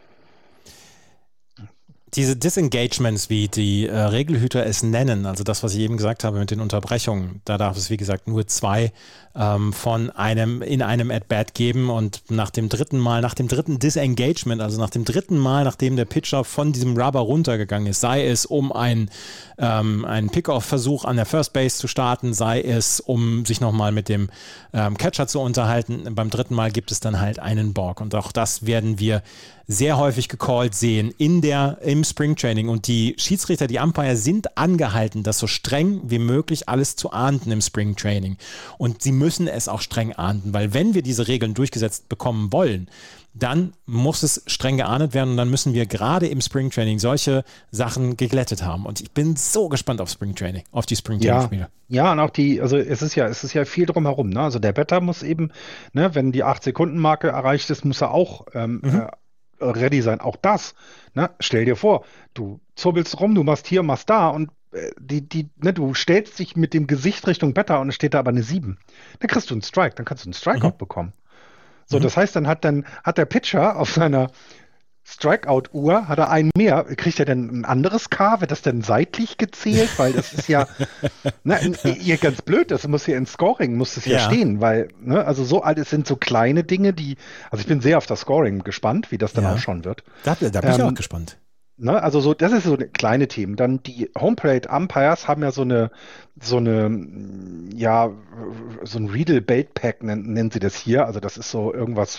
Diese Disengagements, wie die äh, Regelhüter es nennen, also das, was ich eben gesagt habe mit den Unterbrechungen, da darf es, wie gesagt, nur zwei ähm, von einem in einem At-Bat geben und nach dem dritten Mal, nach dem dritten Disengagement, also nach dem dritten Mal, nachdem der Pitcher von diesem Rubber runtergegangen ist, sei es um ein, ähm, einen Pick-Off-Versuch an der First Base zu starten, sei es um sich nochmal mit dem ähm, Catcher zu unterhalten, beim dritten Mal gibt es dann halt einen Balk und auch das werden wir sehr häufig gecallt sehen in der, im Springtraining und die Schiedsrichter, die Umpire sind angehalten, das so streng wie möglich alles zu ahnden im Springtraining und sie müssen es auch streng ahnden, weil wenn wir diese Regeln durchgesetzt bekommen wollen, dann muss es streng geahndet werden und dann müssen wir gerade im Springtraining solche Sachen geglättet haben und ich bin so gespannt auf Springtraining, auf die Springtraining-Spiele. Ja, ja, und auch die, also es ist ja, es ist ja viel drumherum, ne? Also der Batter muss eben, ne, wenn die acht-Sekunden-Marke erreicht ist, muss er auch ähm, Mhm. äh, ready sein. Auch das, ne? Stell dir vor, du zurbelst rum, du machst hier, machst da und äh, die, die, ne, du stellst dich mit dem Gesicht Richtung Batter und es steht da aber eine sieben. Dann kriegst du einen Strike, dann kannst du einen Strikeout Mhm. bekommen. So, Mhm. das heißt, dann hat dann hat der Pitcher auf seiner Strikeout-Uhr, hat er einen mehr, kriegt er denn ein anderes K? Wird das denn seitlich gezählt? Weil das ist ja, ne, ihr ganz blöd, das muss ja in Scoring, muss das ja, Ja. stehen, weil, ne, also so alt, es sind so kleine Dinge, die, also ich bin sehr auf das Scoring gespannt, wie das dann Ja. ausschauen wird. Da, da bin ich Ähm, auch gespannt. Ne, also so, das ist so eine kleine Themen. Dann die Homeplate Umpires haben ja so eine, so eine, mm, ja, so ein Riedel Bait Pack nennen, nennen sie das hier. Also das ist so irgendwas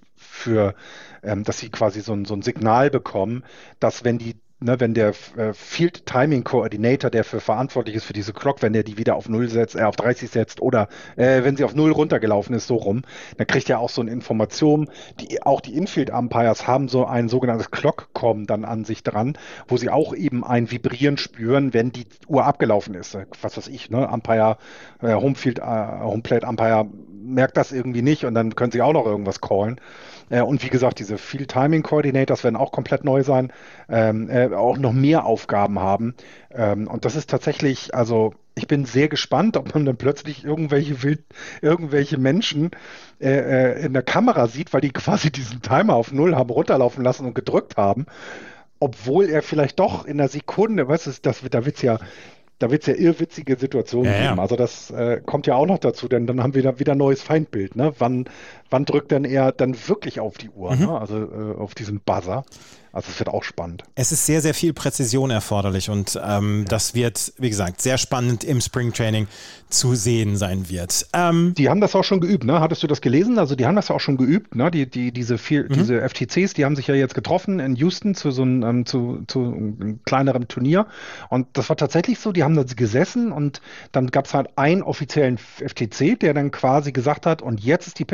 für, ähm, dass sie quasi so ein, so ein Signal bekommen, dass wenn die, ne, wenn der äh, Field Timing Coordinator, der für verantwortlich ist für diese Clock, wenn der die wieder auf null setzt, äh, auf dreißig setzt oder äh, wenn sie auf null runtergelaufen ist, so rum, dann kriegt er auch so eine Information. Die, auch die Infield Umpires haben so ein sogenanntes Clock-Com dann an sich dran, wo sie auch eben ein Vibrieren spüren, wenn die Uhr abgelaufen ist. Äh, Was weiß ich, ne? Umpire, äh, Homefield, äh, Homeplate Umpire merkt das irgendwie nicht und dann können sie auch noch irgendwas callen. Äh, und wie gesagt, diese Field Timing Coordinators werden auch komplett neu sein, ähm, äh, auch noch mehr Aufgaben haben. Ähm, und das ist tatsächlich, also ich bin sehr gespannt, ob man dann plötzlich irgendwelche wild, irgendwelche Menschen äh, äh, in der Kamera sieht, weil die quasi diesen Timer auf Null haben runterlaufen lassen und gedrückt haben, obwohl er vielleicht doch in einer Sekunde, weißt du, das, da wird's ja Da wird es ja irrwitzige Situationen Ja, ja. geben. Also das äh, kommt ja auch noch dazu, denn dann haben wir da wieder neues Feindbild. Ne? Wann, wann drückt denn er dann wirklich auf die Uhr? Mhm. Ne? Also äh, auf diesen Buzzer. Also es wird auch spannend. Es ist sehr, sehr viel Präzision erforderlich und ähm, das wird, wie gesagt, sehr spannend im Springtraining zu sehen sein wird. Ähm, Die haben das auch schon geübt, ne? Hattest du das gelesen? Also die haben das auch schon geübt, ne? Die, die, diese, vier, Mhm. diese F T Cs, die haben sich ja jetzt getroffen in Houston zu so einem, ähm, zu, zu einem kleineren Turnier. Und das war tatsächlich so, die haben da gesessen und dann gab es halt einen offiziellen F T C, der dann quasi gesagt hat, und jetzt ist die Pitch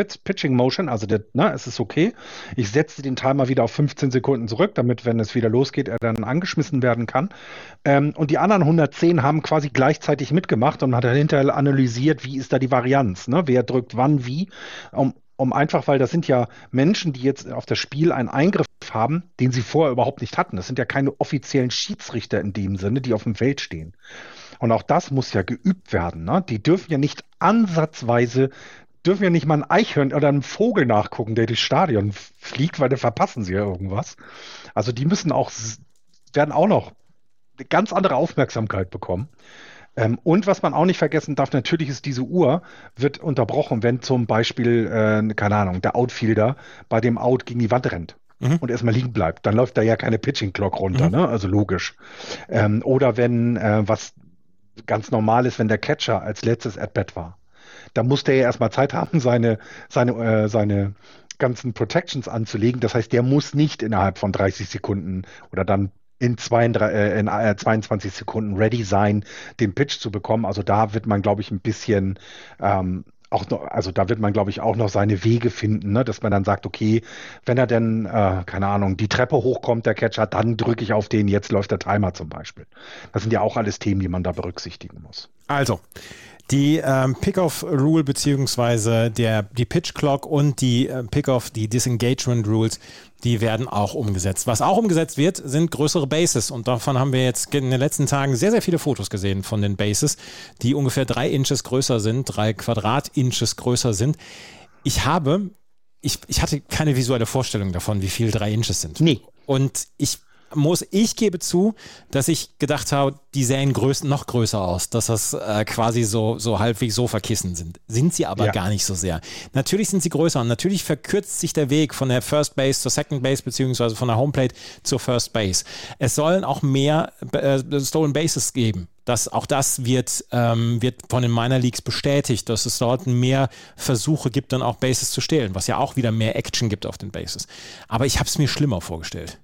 Pitching Motion, also der, na, es ist okay. Ich setze den Timer wieder auf fünfzehn Sekunden zurück, damit, wenn es wieder losgeht, er dann angeschmissen werden kann. Ähm, und die anderen hundertzehn haben quasi gleichzeitig mitgemacht und hat dann hinterher analysiert, wie ist da die Varianz, ne? Wer drückt wann wie, um, um einfach, weil das sind ja Menschen, die jetzt auf das Spiel einen Eingriff haben, den sie vorher überhaupt nicht hatten. Das sind ja keine offiziellen Schiedsrichter in dem Sinne, die auf dem Feld stehen. Und auch das muss ja geübt werden, ne? Die dürfen ja nicht ansatzweise, dürfen ja nicht mal ein Eichhörnchen oder einen Vogel nachgucken, der durchs Stadion fliegt, weil da verpassen sie ja irgendwas. Also die müssen auch, werden auch noch eine ganz andere Aufmerksamkeit bekommen. Ähm, und was man auch nicht vergessen darf, natürlich ist diese Uhr, wird unterbrochen, wenn zum Beispiel, äh, keine Ahnung, der Outfielder bei dem Out gegen die Wand rennt. Mhm. Und erstmal liegen bleibt. Dann läuft da ja keine Pitching Clock runter, mhm. ne? Also logisch. Ähm, oder wenn, äh, was ganz normal ist, wenn der Catcher als letztes At-Bat war. Da muss der ja erstmal Zeit haben, seine, seine, äh, seine ganzen Protections anzulegen. Das heißt, der muss nicht innerhalb von dreißig Sekunden oder dann in, zweiunddreißig, äh, in äh, zweiundzwanzig Sekunden ready sein, den Pitch zu bekommen. Also da wird man, glaube ich, ein bisschen ähm, auch noch, also da wird man, glaube ich, auch noch seine Wege finden, ne? Dass man dann sagt, okay, wenn er denn, äh, keine Ahnung, die Treppe hochkommt, der Catcher, dann drücke ich auf den, jetzt läuft der Timer zum Beispiel. Das sind ja auch alles Themen, die man da berücksichtigen muss. Also, die ähm, Pick-Off-Rule beziehungsweise der, die Pitch-Clock und die äh, Pick-Off, die Disengagement-Rules, die werden auch umgesetzt. Was auch umgesetzt wird, sind größere Bases und davon haben wir jetzt in den letzten Tagen sehr, sehr viele Fotos gesehen von den Bases, die ungefähr drei Inches größer sind, drei Quadrat-Inches größer sind. Ich habe, ich, ich hatte keine visuelle Vorstellung davon, wie viel drei Inches sind. Nee. Und ich muss, ich gebe zu, dass ich gedacht habe, die sehen größ, noch größer aus, dass das äh, quasi so, so halbwegs Sofakissen sind. Sind sie aber ja. gar nicht so sehr. Natürlich sind sie größer und natürlich verkürzt sich der Weg von der First Base zur Second Base beziehungsweise von der Homeplate zur First Base. Es sollen auch mehr äh, Stolen Bases geben. Das, auch das wird, ähm, wird von den Minor Leagues bestätigt, dass es dort mehr Versuche gibt, dann auch Bases zu stehlen, was ja auch wieder mehr Action gibt auf den Bases. Aber ich habe es mir schlimmer vorgestellt.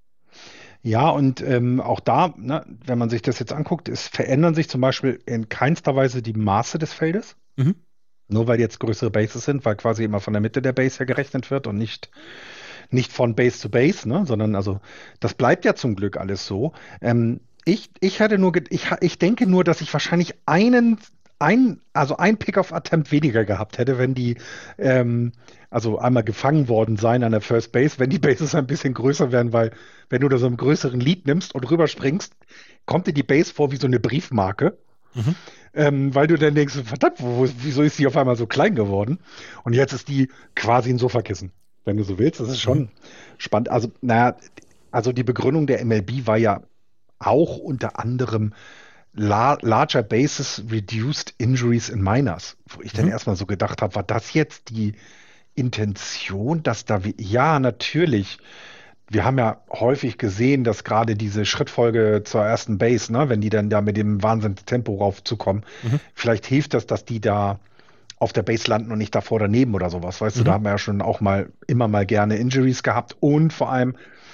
Ja, und ähm, auch da, ne, wenn man sich das jetzt anguckt, es verändern sich zum Beispiel in keinster Weise die Maße des Feldes. Mhm. Nur weil jetzt größere Bases sind, weil quasi immer von der Mitte der Base her gerechnet wird und nicht, nicht von Base zu Base, ne, sondern also das bleibt ja zum Glück alles so. Ähm, ich, ich hatte nur, ich, ich denke nur, dass ich wahrscheinlich einen, ein, also ein Pick-Off-Attempt weniger gehabt hätte, wenn die ähm, also einmal gefangen worden sein an der First Base, wenn die Bases ein bisschen größer wären, weil wenn du da so einen größeren Lead nimmst und rüberspringst, kommt dir die Base vor wie so eine Briefmarke, mhm. ähm, weil du dann denkst, verdammt, wo, wieso ist die auf einmal so klein geworden? Und jetzt ist die quasi ein Sofakissen, wenn du so willst. Das ist schon mhm. spannend. Also, naja, also die Begründung der M L B war ja auch unter anderem La- larger bases reduced injuries in minors, wo ich mhm. dann erstmal so gedacht habe, war das jetzt die Intention, dass da, wie, ja, natürlich. Wir haben ja häufig gesehen, dass gerade diese Schrittfolge zur ersten Base, ne, wenn die dann da mit dem Wahnsinnstempo raufzukommen, mhm. vielleicht hilft das, dass die da auf der Base landen und nicht davor daneben oder sowas. Weißt mhm. du, da haben wir ja schon auch mal immer mal gerne Injuries gehabt und vor allem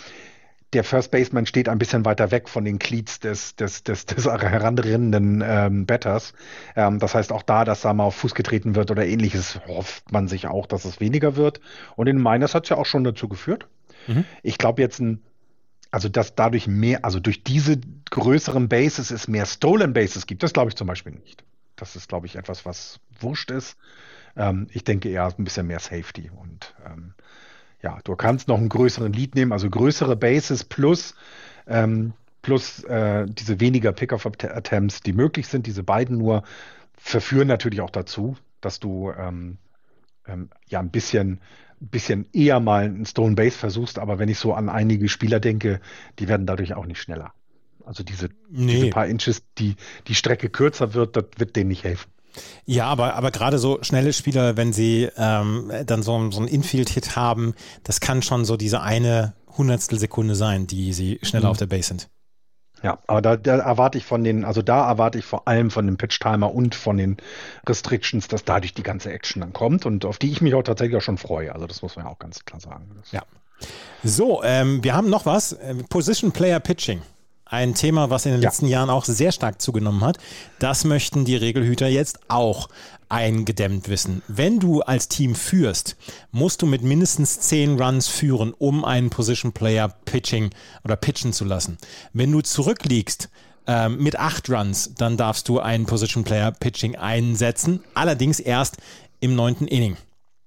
der First Baseman steht ein bisschen weiter weg von den Cleats des, des, des, des heranrennenden ähm, Batters. Ähm, das heißt auch da, dass da mal auf Fuß getreten wird oder ähnliches, hofft man sich auch, dass es weniger wird. Und in Minors hat es ja auch schon dazu geführt. Mhm. Ich glaube jetzt, ein, also dass dadurch mehr, also durch diese größeren Bases es mehr Stolen Bases gibt, das glaube ich zum Beispiel nicht. Das ist, glaube ich, etwas, was wurscht ist. Ähm, ich denke eher ein bisschen mehr Safety und ähm, ja, du kannst noch einen größeren Lead nehmen, also größere Bases plus, ähm, plus äh, diese weniger Pick-Off-Attempts, die möglich sind. Diese beiden nur verführen natürlich auch dazu, dass du ähm, ähm, ja ein bisschen, bisschen eher mal einen Stolen Base versuchst. Aber wenn ich so an einige Spieler denke, die werden dadurch auch nicht schneller. Also diese, nee. diese paar Inches, die die Strecke kürzer wird, das wird denen nicht helfen. Ja, aber, aber gerade so schnelle Spieler, wenn sie ähm, dann so, so einen Infield-Hit haben, das kann schon so diese eine Hundertstel Sekunde sein, die sie schneller mhm. auf der Base sind. Ja, aber da, da erwarte ich von den, also da erwarte ich vor allem von dem Pitch-Timer und von den Restrictions, dass dadurch die ganze Action dann kommt und auf die ich mich auch tatsächlich auch schon freue. Also das muss man ja auch ganz klar sagen. Das ja. So, ähm, wir haben noch was. Position Player Pitching. ein Thema, was in den Ja. letzten Jahren auch sehr stark zugenommen hat. Das möchten die Regelhüter jetzt auch eingedämmt wissen. Wenn du als Team führst, musst du mit mindestens zehn Runs führen, um einen Position Player pitching oder pitchen zu lassen. Wenn du zurückliegst ähm, mit acht Runs, dann darfst du einen Position Player Pitching einsetzen, allerdings erst im neunten Inning.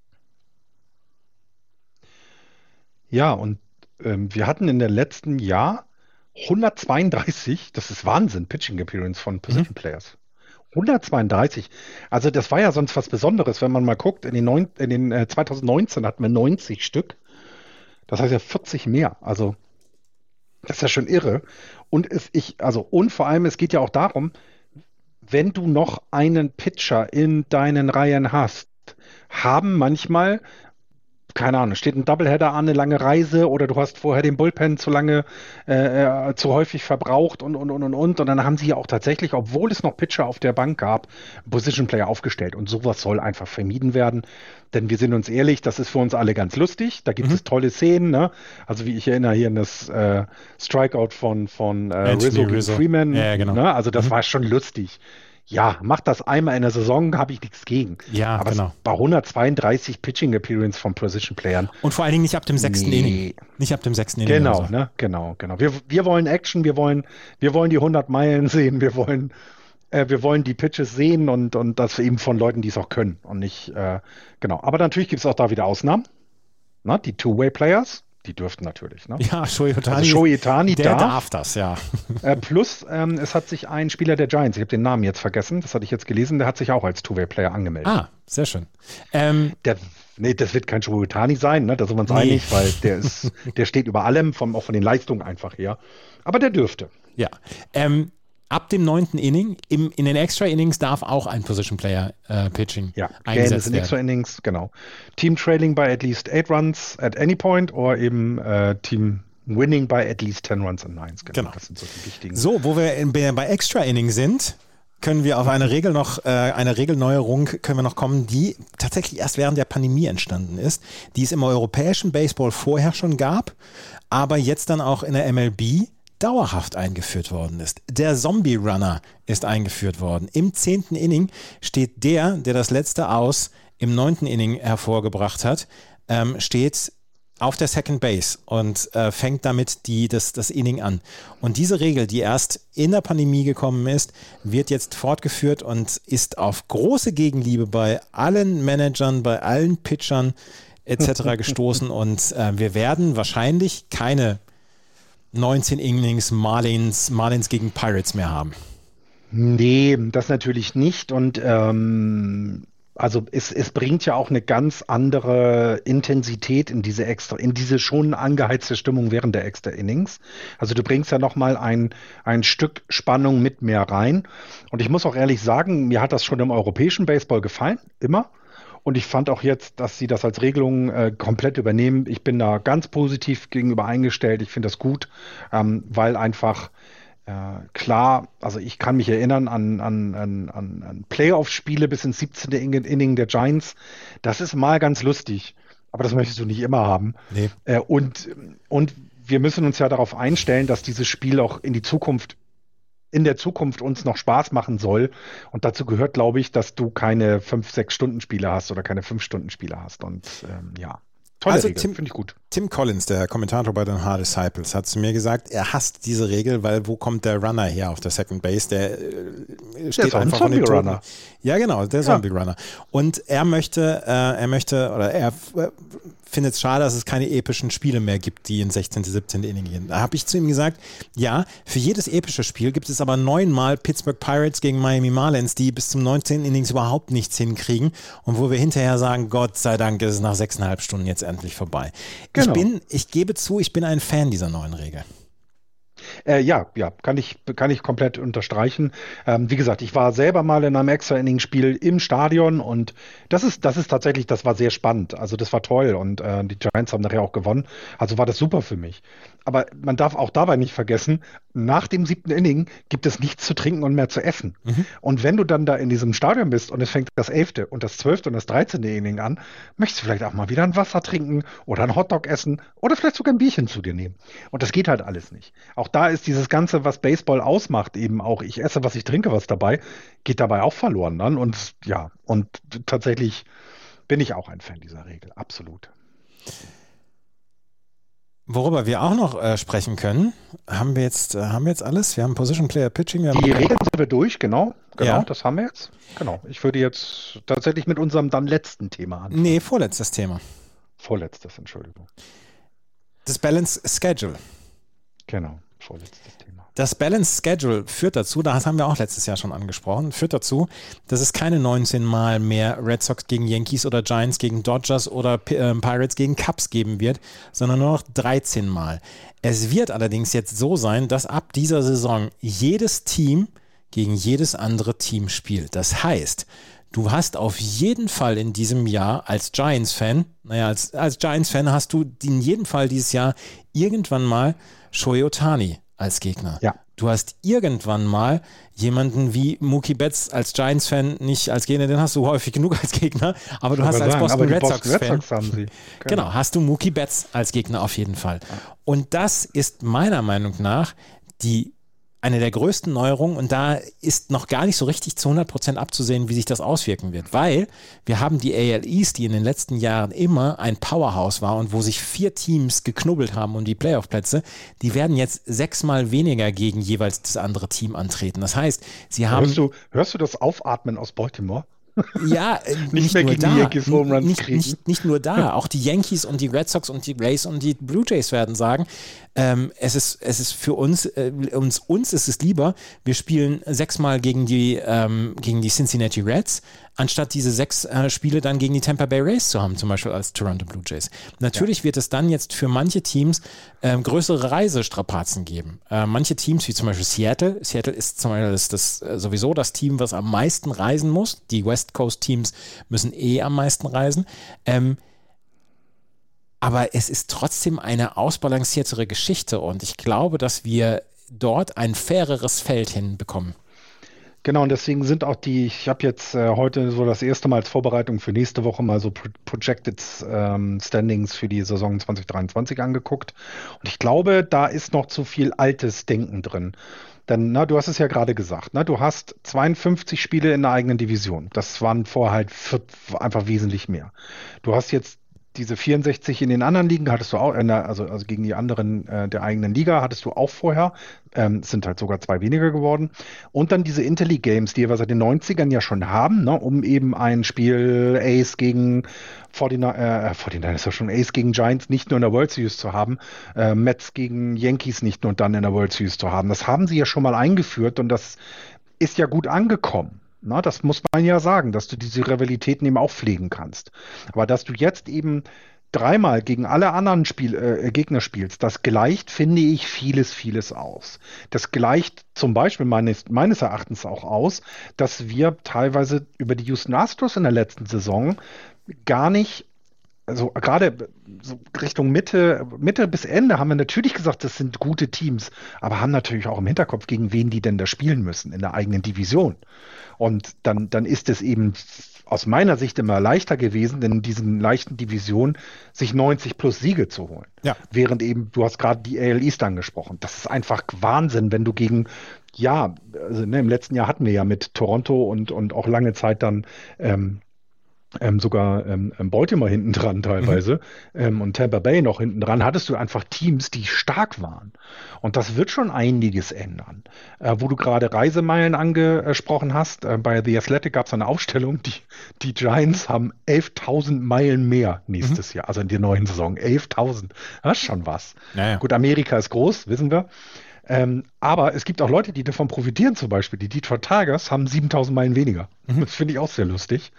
Ja, und ähm, wir hatten in der letzten Jahr hundertzweiunddreißig, das ist Wahnsinn, Pitching Appearance von Position Players. hundertzweiunddreißig. Also das war ja sonst was Besonderes, wenn man mal guckt, in den, neun, in den äh, zwanzig neunzehn hatten wir neunzig Stück. Das heißt ja vierzig mehr. Also das ist ja schon irre. Und es, ich, also, und vor allem, es geht ja auch darum, wenn du noch einen Pitcher in deinen Reihen hast, haben manchmal, keine Ahnung, steht ein Doubleheader an, eine lange Reise oder du hast vorher den Bullpen zu lange, äh, zu häufig verbraucht und, und, und, und, und. Und dann haben sie ja auch tatsächlich, obwohl es noch Pitcher auf der Bank gab, Position Player aufgestellt. Und sowas soll einfach vermieden werden. Denn wir sind uns ehrlich, das ist für uns alle ganz lustig. Da gibt Mhm. es tolle Szenen, ne? Also wie ich erinnere hier an das äh, Strikeout von, von äh, Anthony Rizzo gegen Rizzo. Freeman. Ja, genau. Ne? Also das Mhm. war schon lustig. Ja, macht das einmal in der Saison, habe ich nichts gegen. Ja, Aber genau. es, bei hundertzweiunddreißig Pitching Appearance von Position Playern. Und vor allen Dingen nicht ab dem sechsten Nee. Inning. Nicht ab dem sechsten Inning. Genau, oder so. ne? Genau, genau. Wir, wir wollen Action, wir wollen, wir wollen die hundert Meilen sehen, wir wollen, äh, wir wollen die Pitches sehen und, und das eben von Leuten, die es auch können und nicht, äh, genau. Aber natürlich gibt es auch da wieder Ausnahmen. Na, die Two-Way-Players, die dürften natürlich, ne? Ja, Shohei Ohtani, Also Shohei Ohtani der darf. darf das, ja. Äh, plus, ähm, es hat sich ein Spieler der Giants, ich habe den Namen jetzt vergessen, das hatte ich jetzt gelesen, der hat sich auch als Two-Way-Player angemeldet. Ah, sehr schön. Ähm, Der, nee, das wird kein Shohei Ohtani sein, ne? Da sind wir uns Nee. einig, weil der ist, der steht über allem, vom, auch von den Leistungen einfach her. Aber der dürfte. ja. Ähm, ab dem neunten Inning, im, in den Extra-Innings darf auch ein Position Player äh, Pitching Ja, Game eingesetzt ist in werden. Extra Innings, genau. Team trailing by at least eight runs at any point oder eben äh, Team winning by at least ten runs and nines. Genau, Genau. das sind so die wichtigen. So, wo wir in, bei Extra Inning sind, können wir auf eine Regel noch, äh, eine Regelneuerung können wir noch kommen, die tatsächlich erst während der Pandemie entstanden ist, die es im europäischen Baseball vorher schon gab, aber jetzt dann auch in der M L B dauerhaft eingeführt worden ist. Der Zombie Runner ist eingeführt worden. Im zehnten Inning steht der, der das letzte Aus im neunten Inning hervorgebracht hat, ähm, steht auf der Second Base und äh, fängt damit die, das, das Inning an. Und diese Regel, die erst in der Pandemie gekommen ist, wird jetzt fortgeführt und ist auf große Gegenliebe bei allen Managern, bei allen Pitchern et cetera gestoßen. Und äh, wir werden wahrscheinlich keine neunzehn Innings Marlins, Marlins gegen Pirates mehr haben. Nee, das natürlich nicht. Und ähm, also es, es bringt ja auch eine ganz andere Intensität in diese extra, in diese schon angeheizte Stimmung während der Extra Innings. Also du bringst ja nochmal ein, ein Stück Spannung mit mehr rein. Und ich muss auch ehrlich sagen, mir hat das schon im europäischen Baseball gefallen, immer. Und ich fand auch jetzt, dass sie das als Regelung äh, komplett übernehmen. Ich bin da ganz positiv gegenüber eingestellt. Ich finde das gut, ähm, weil einfach äh, klar, also ich kann mich erinnern an, an, an, an an Playoff-Spiele bis ins siebzehnte Inning der Giants. Das ist mal ganz lustig, aber das möchtest du nicht immer haben. Nee. Äh, und, und wir müssen uns ja darauf einstellen, dass dieses Spiel auch in die Zukunft in der Zukunft uns noch Spaß machen soll. Und dazu gehört, glaube ich, dass du keine fünf, sechs Stunden Spiele hast oder keine fünf Stunden Spiele hast. Und ähm, ja, tolle Also Regel, Tim- finde ich gut. Tim Collins, der Kommentator bei den Hard Disciples, hat zu mir gesagt, er hasst diese Regel, weil wo kommt der Runner her auf der Second Base? Der äh, steht ist auch ein einfach von den Toten. Zombie-Runner. Ja, genau, der Zombie Runner. Und er möchte, äh, er möchte, oder er äh, findet es schade, dass es keine epischen Spiele mehr gibt, die in sechzehnten, siebzehnten Inning gehen. Da habe ich zu ihm gesagt, ja, für jedes epische Spiel gibt es aber neunmal Pittsburgh Pirates gegen Miami Marlins, die bis zum neunzehnten Innings überhaupt nichts hinkriegen und wo wir hinterher sagen, Gott sei Dank ist es nach sechseinhalb Stunden jetzt endlich vorbei. Genau. Ich bin, ich gebe zu, ich bin ein Fan dieser neuen Regel. Äh, ja, ja, kann ich, kann ich komplett unterstreichen. Ähm, wie gesagt, ich war selber mal in einem Extra-Inning-Spiel im Stadion und das ist, das ist tatsächlich, das war sehr spannend. Also das war toll und äh, die Giants haben nachher auch gewonnen. Also war das super für mich. Aber man darf auch dabei nicht vergessen, nach dem siebten Inning gibt es nichts zu trinken und mehr zu essen. Mhm. Und wenn du dann da in diesem Stadion bist und es fängt das elfte und das zwölfte und das dreizehnte Inning an, möchtest du vielleicht auch mal wieder ein Wasser trinken oder ein Hotdog essen oder vielleicht sogar ein Bierchen zu dir nehmen. Und das geht halt alles nicht. Auch da ist ist dieses Ganze, was Baseball ausmacht, eben auch, ich esse, was ich trinke, was dabei, geht dabei auch verloren dann. Und ja, und tatsächlich bin ich auch ein Fan dieser Regel, absolut. Worüber wir auch noch äh, sprechen können, haben wir jetzt, äh, haben wir jetzt alles? Wir haben Position Player Pitching. Wir haben Die Regeln sind wir durch, genau. Genau, Ja. das haben wir jetzt. Genau. Ich würde jetzt tatsächlich mit unserem dann letzten Thema anfangen. Nee, vorletztes Thema. Vorletztes, Entschuldigung. Das Balance Schedule. Genau, vorletztes Thema. Das Balance Schedule führt dazu, das haben wir auch letztes Jahr schon angesprochen, führt dazu, dass es keine neunzehn Mal mehr Red Sox gegen Yankees oder Giants gegen Dodgers oder P- äh, Pirates gegen Cubs geben wird, sondern nur noch dreizehn Mal. Es wird allerdings jetzt so sein, dass ab dieser Saison jedes Team gegen jedes andere Team spielt. Das heißt, du hast auf jeden Fall in diesem Jahr als Giants-Fan, naja, als, als Giants-Fan hast du in jedem Fall dieses Jahr irgendwann mal Shohei Ohtani als Gegner. Ja. Du hast irgendwann mal jemanden wie Mookie Betts als Giants-Fan, nicht als Gegner, den hast du häufig genug als Gegner, aber du Ich hast wollte als sagen, Boston aber die Red Boston Red Sox-Fan, Sox haben sie. genau, hast du Mookie Betts als Gegner auf jeden Fall. Und das ist meiner Meinung nach die eine der größten Neuerungen und da ist noch gar nicht so richtig zu hundert Prozent abzusehen, wie sich das auswirken wird, weil wir haben die A L East, die in den letzten Jahren immer ein Powerhouse war und wo sich vier Teams geknubbelt haben um die Playoff-Plätze, die werden jetzt sechsmal weniger gegen jeweils das andere Team antreten. Das heißt, sie haben... Hörst du, hörst du das Aufatmen aus Baltimore? Ja, äh, Nicht nicht, mehr nur gegen die da, Yankees Home Runs nicht, kriegen. nicht, nicht nur da, auch die Yankees und die Red Sox und die Rays und die Blue Jays werden sagen, ähm, es ist, es ist für uns, äh, uns, uns ist es lieber, wir spielen sechsmal gegen die, ähm, gegen die Cincinnati Reds, anstatt diese sechs äh, Spiele dann gegen die Tampa Bay Rays zu haben, zum Beispiel als Toronto Blue Jays. Natürlich ja. wird es dann jetzt für manche Teams ähm, größere Reisestrapazen geben. Äh, manche Teams, wie zum Beispiel Seattle, Seattle ist zum Beispiel das, das, äh, sowieso das Team, was am meisten reisen muss. Die West Coast Teams müssen eh am meisten reisen. Ähm, aber es ist trotzdem eine ausbalanciertere Geschichte und ich glaube, dass wir dort ein faireres Feld hinbekommen. Genau, und deswegen sind auch die, ich habe jetzt äh, heute so das erste Mal als Vorbereitung für nächste Woche mal so Pro- Projected ähm, Standings für die Saison zwanzig dreiundzwanzig angeguckt. Und ich glaube, da ist noch zu viel altes Denken drin. Denn, na, du hast es ja gerade gesagt, ne? Du hast zweiundfünfzig Spiele in der eigenen Division. Das waren vorher halt vier, einfach wesentlich mehr. Du hast jetzt diese vierundsechzig in den anderen Ligen, hattest du auch, in der, also, also gegen die anderen äh, der eigenen Liga, hattest du auch vorher. Ähm, sind halt sogar zwei weniger geworden. Und dann diese Interleague Games, die wir seit den neunzigern ja schon haben, ne, um eben ein Spiel Ace gegen forty-nine, äh, forty-nine ist ja schon Ace gegen Giants nicht nur in der World Series zu haben, äh, Mets gegen Yankees nicht nur dann in der World Series zu haben. Das haben sie ja schon mal eingeführt und das ist ja gut angekommen. Na, das muss man ja sagen, dass du diese Rivalitäten eben auch pflegen kannst. Aber dass du jetzt eben dreimal gegen alle anderen Spiel, äh, Gegner spielst, das gleicht, finde ich, vieles, vieles aus. Das gleicht zum Beispiel meines, meines Erachtens auch aus, dass wir teilweise über die Houston Astros in der letzten Saison gar nicht, also gerade so Richtung Mitte, Mitte bis Ende haben wir natürlich gesagt, das sind gute Teams, aber haben natürlich auch im Hinterkopf, gegen wen die denn da spielen müssen in der eigenen Division. Und dann, dann ist es eben aus meiner Sicht immer leichter gewesen, in diesen leichten Divisionen sich neunzig plus Siege zu holen. Ja. Während eben, du hast gerade die A L East angesprochen. Das ist einfach Wahnsinn, wenn du gegen, ja, also ne, im letzten Jahr hatten wir ja mit Toronto und, und auch lange Zeit dann ähm, Ähm, sogar ähm, Baltimore hinten dran teilweise mhm. ähm, und Tampa Bay noch hinten dran, hattest du einfach Teams, die stark waren. Und das wird schon einiges ändern. Äh, wo du gerade Reisemeilen angesprochen hast, äh, bei The Athletic gab es eine Aufstellung, die, die Giants haben elftausend Meilen mehr nächstes mhm. Jahr, also in der neuen Saison. elftausend, das ist schon was. Naja. Gut, Amerika ist groß, wissen wir. Ähm, aber es gibt auch Leute, die davon profitieren, zum Beispiel die Detroit Tigers haben siebentausend Meilen weniger. Mhm. Das finde ich auch sehr lustig.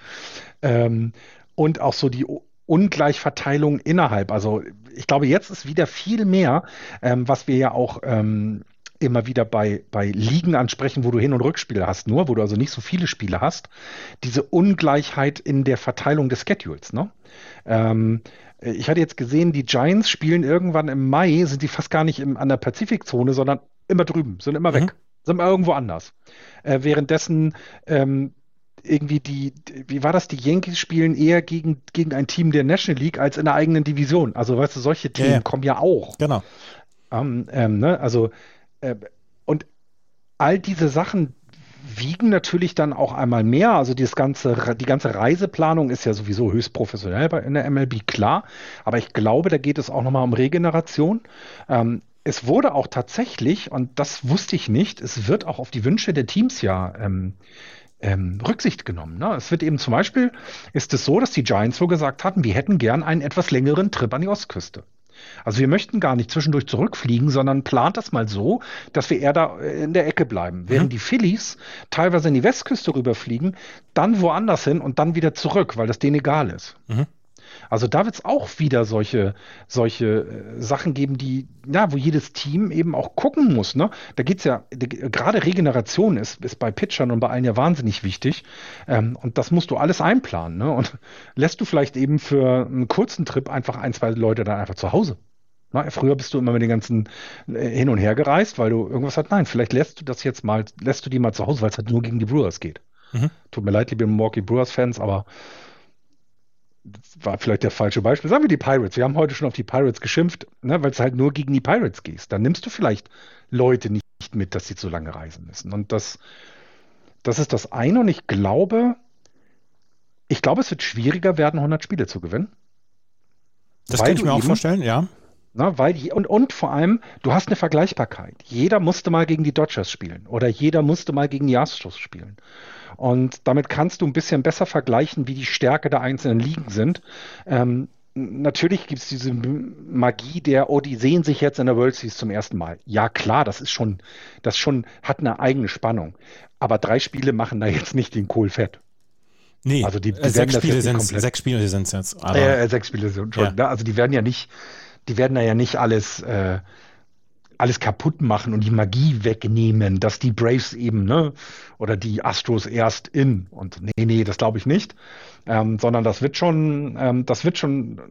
Ähm, und auch so die Ungleichverteilung innerhalb. Also ich glaube, jetzt ist wieder viel mehr, ähm, was wir ja auch ähm, immer wieder bei, bei Ligen ansprechen, wo du Hin- und Rückspiele hast, nur, wo du also nicht so viele Spiele hast. Diese Ungleichheit in der Verteilung des Schedules, ne? Ähm, Ich hatte jetzt gesehen, die Giants spielen irgendwann im Mai, sind die fast gar nicht im, an der Pazifikzone, sondern immer drüben, sind immer weg, mhm. sind immer irgendwo anders. Äh, währenddessen ähm, irgendwie die, wie war das, die Yankees spielen eher gegen, gegen ein Team der National League als in der eigenen Division. Also weißt du, solche Themen ja, ja. kommen ja auch. Genau. Ähm, ähm, ne? Also äh, und all diese Sachen wiegen natürlich dann auch einmal mehr. Also das ganze, die ganze Reiseplanung ist ja sowieso höchst professionell bei, in der M L B, klar. Aber ich glaube, da geht es auch nochmal um Regeneration. Ähm, es wurde auch tatsächlich, und das wusste ich nicht, es wird auch auf die Wünsche der Teams ja ähm, ähm, Rücksicht genommen. Ne? Es wird eben zum Beispiel, ist es so, dass die Giants so gesagt hatten, wir hätten gern einen etwas längeren Trip an die Ostküste. Also wir möchten gar nicht zwischendurch zurückfliegen, sondern plant das mal so, dass wir eher da in der Ecke bleiben. Während Mhm. die Phillies teilweise in die Westküste rüberfliegen, dann woanders hin und dann wieder zurück, weil das denen egal ist. Mhm. Also da wird es auch wieder solche, solche äh, Sachen geben, die, ja, wo jedes Team eben auch gucken muss. Ne? Da geht's ja, die, gerade Regeneration ist, ist bei Pitchern und bei allen ja wahnsinnig wichtig. Ähm, und das musst du alles einplanen. Ne? Und lässt du vielleicht eben für einen kurzen Trip einfach ein, zwei Leute dann einfach zu Hause. Na, früher bist du immer mit den ganzen äh, hin und her gereist, weil du irgendwas hast. Nein, vielleicht lässt du das jetzt mal, lässt du die mal zu Hause, weil es halt nur gegen die Brewers geht. Mhm. Tut mir leid, liebe Milwaukee Brewers-Fans, aber das war vielleicht der falsche Beispiel. Sagen wir die Pirates. Wir haben heute schon auf die Pirates geschimpft, ne, weil es halt nur gegen die Pirates gehst. Dann nimmst du vielleicht Leute nicht mit, dass sie zu lange reisen müssen. Und das, das ist das eine. Und ich glaube, ich glaube, es wird schwieriger werden, hundert Spiele zu gewinnen. Das Weil kann ich du mir auch eben- vorstellen, ja. Na, weil die, und, und vor allem, du hast eine Vergleichbarkeit. Jeder musste mal gegen die Dodgers spielen oder jeder musste mal gegen die Astros spielen. Und damit kannst du ein bisschen besser vergleichen, wie die Stärke der einzelnen Ligen sind. Ähm, natürlich gibt es diese Magie der, oh, die sehen sich jetzt in der World Series zum ersten Mal. Ja, klar, das ist schon, das schon hat eine eigene Spannung. Aber drei Spiele machen da jetzt nicht den Kohl fett. Nee, Also die- die äh, werden sechs das Spiele jetzt nicht sind komplett- sechs Spiele sind es jetzt. Aber Äh, sechs Spiele sind schon. Ja. Ne? Also die werden ja nicht, die werden da ja nicht alles, äh, alles kaputt machen und die Magie wegnehmen, dass die Braves eben, ne, oder die Astros erst in. Und nee, nee, das glaube ich nicht. Ähm, sondern das wird schon, ähm, das wird schon,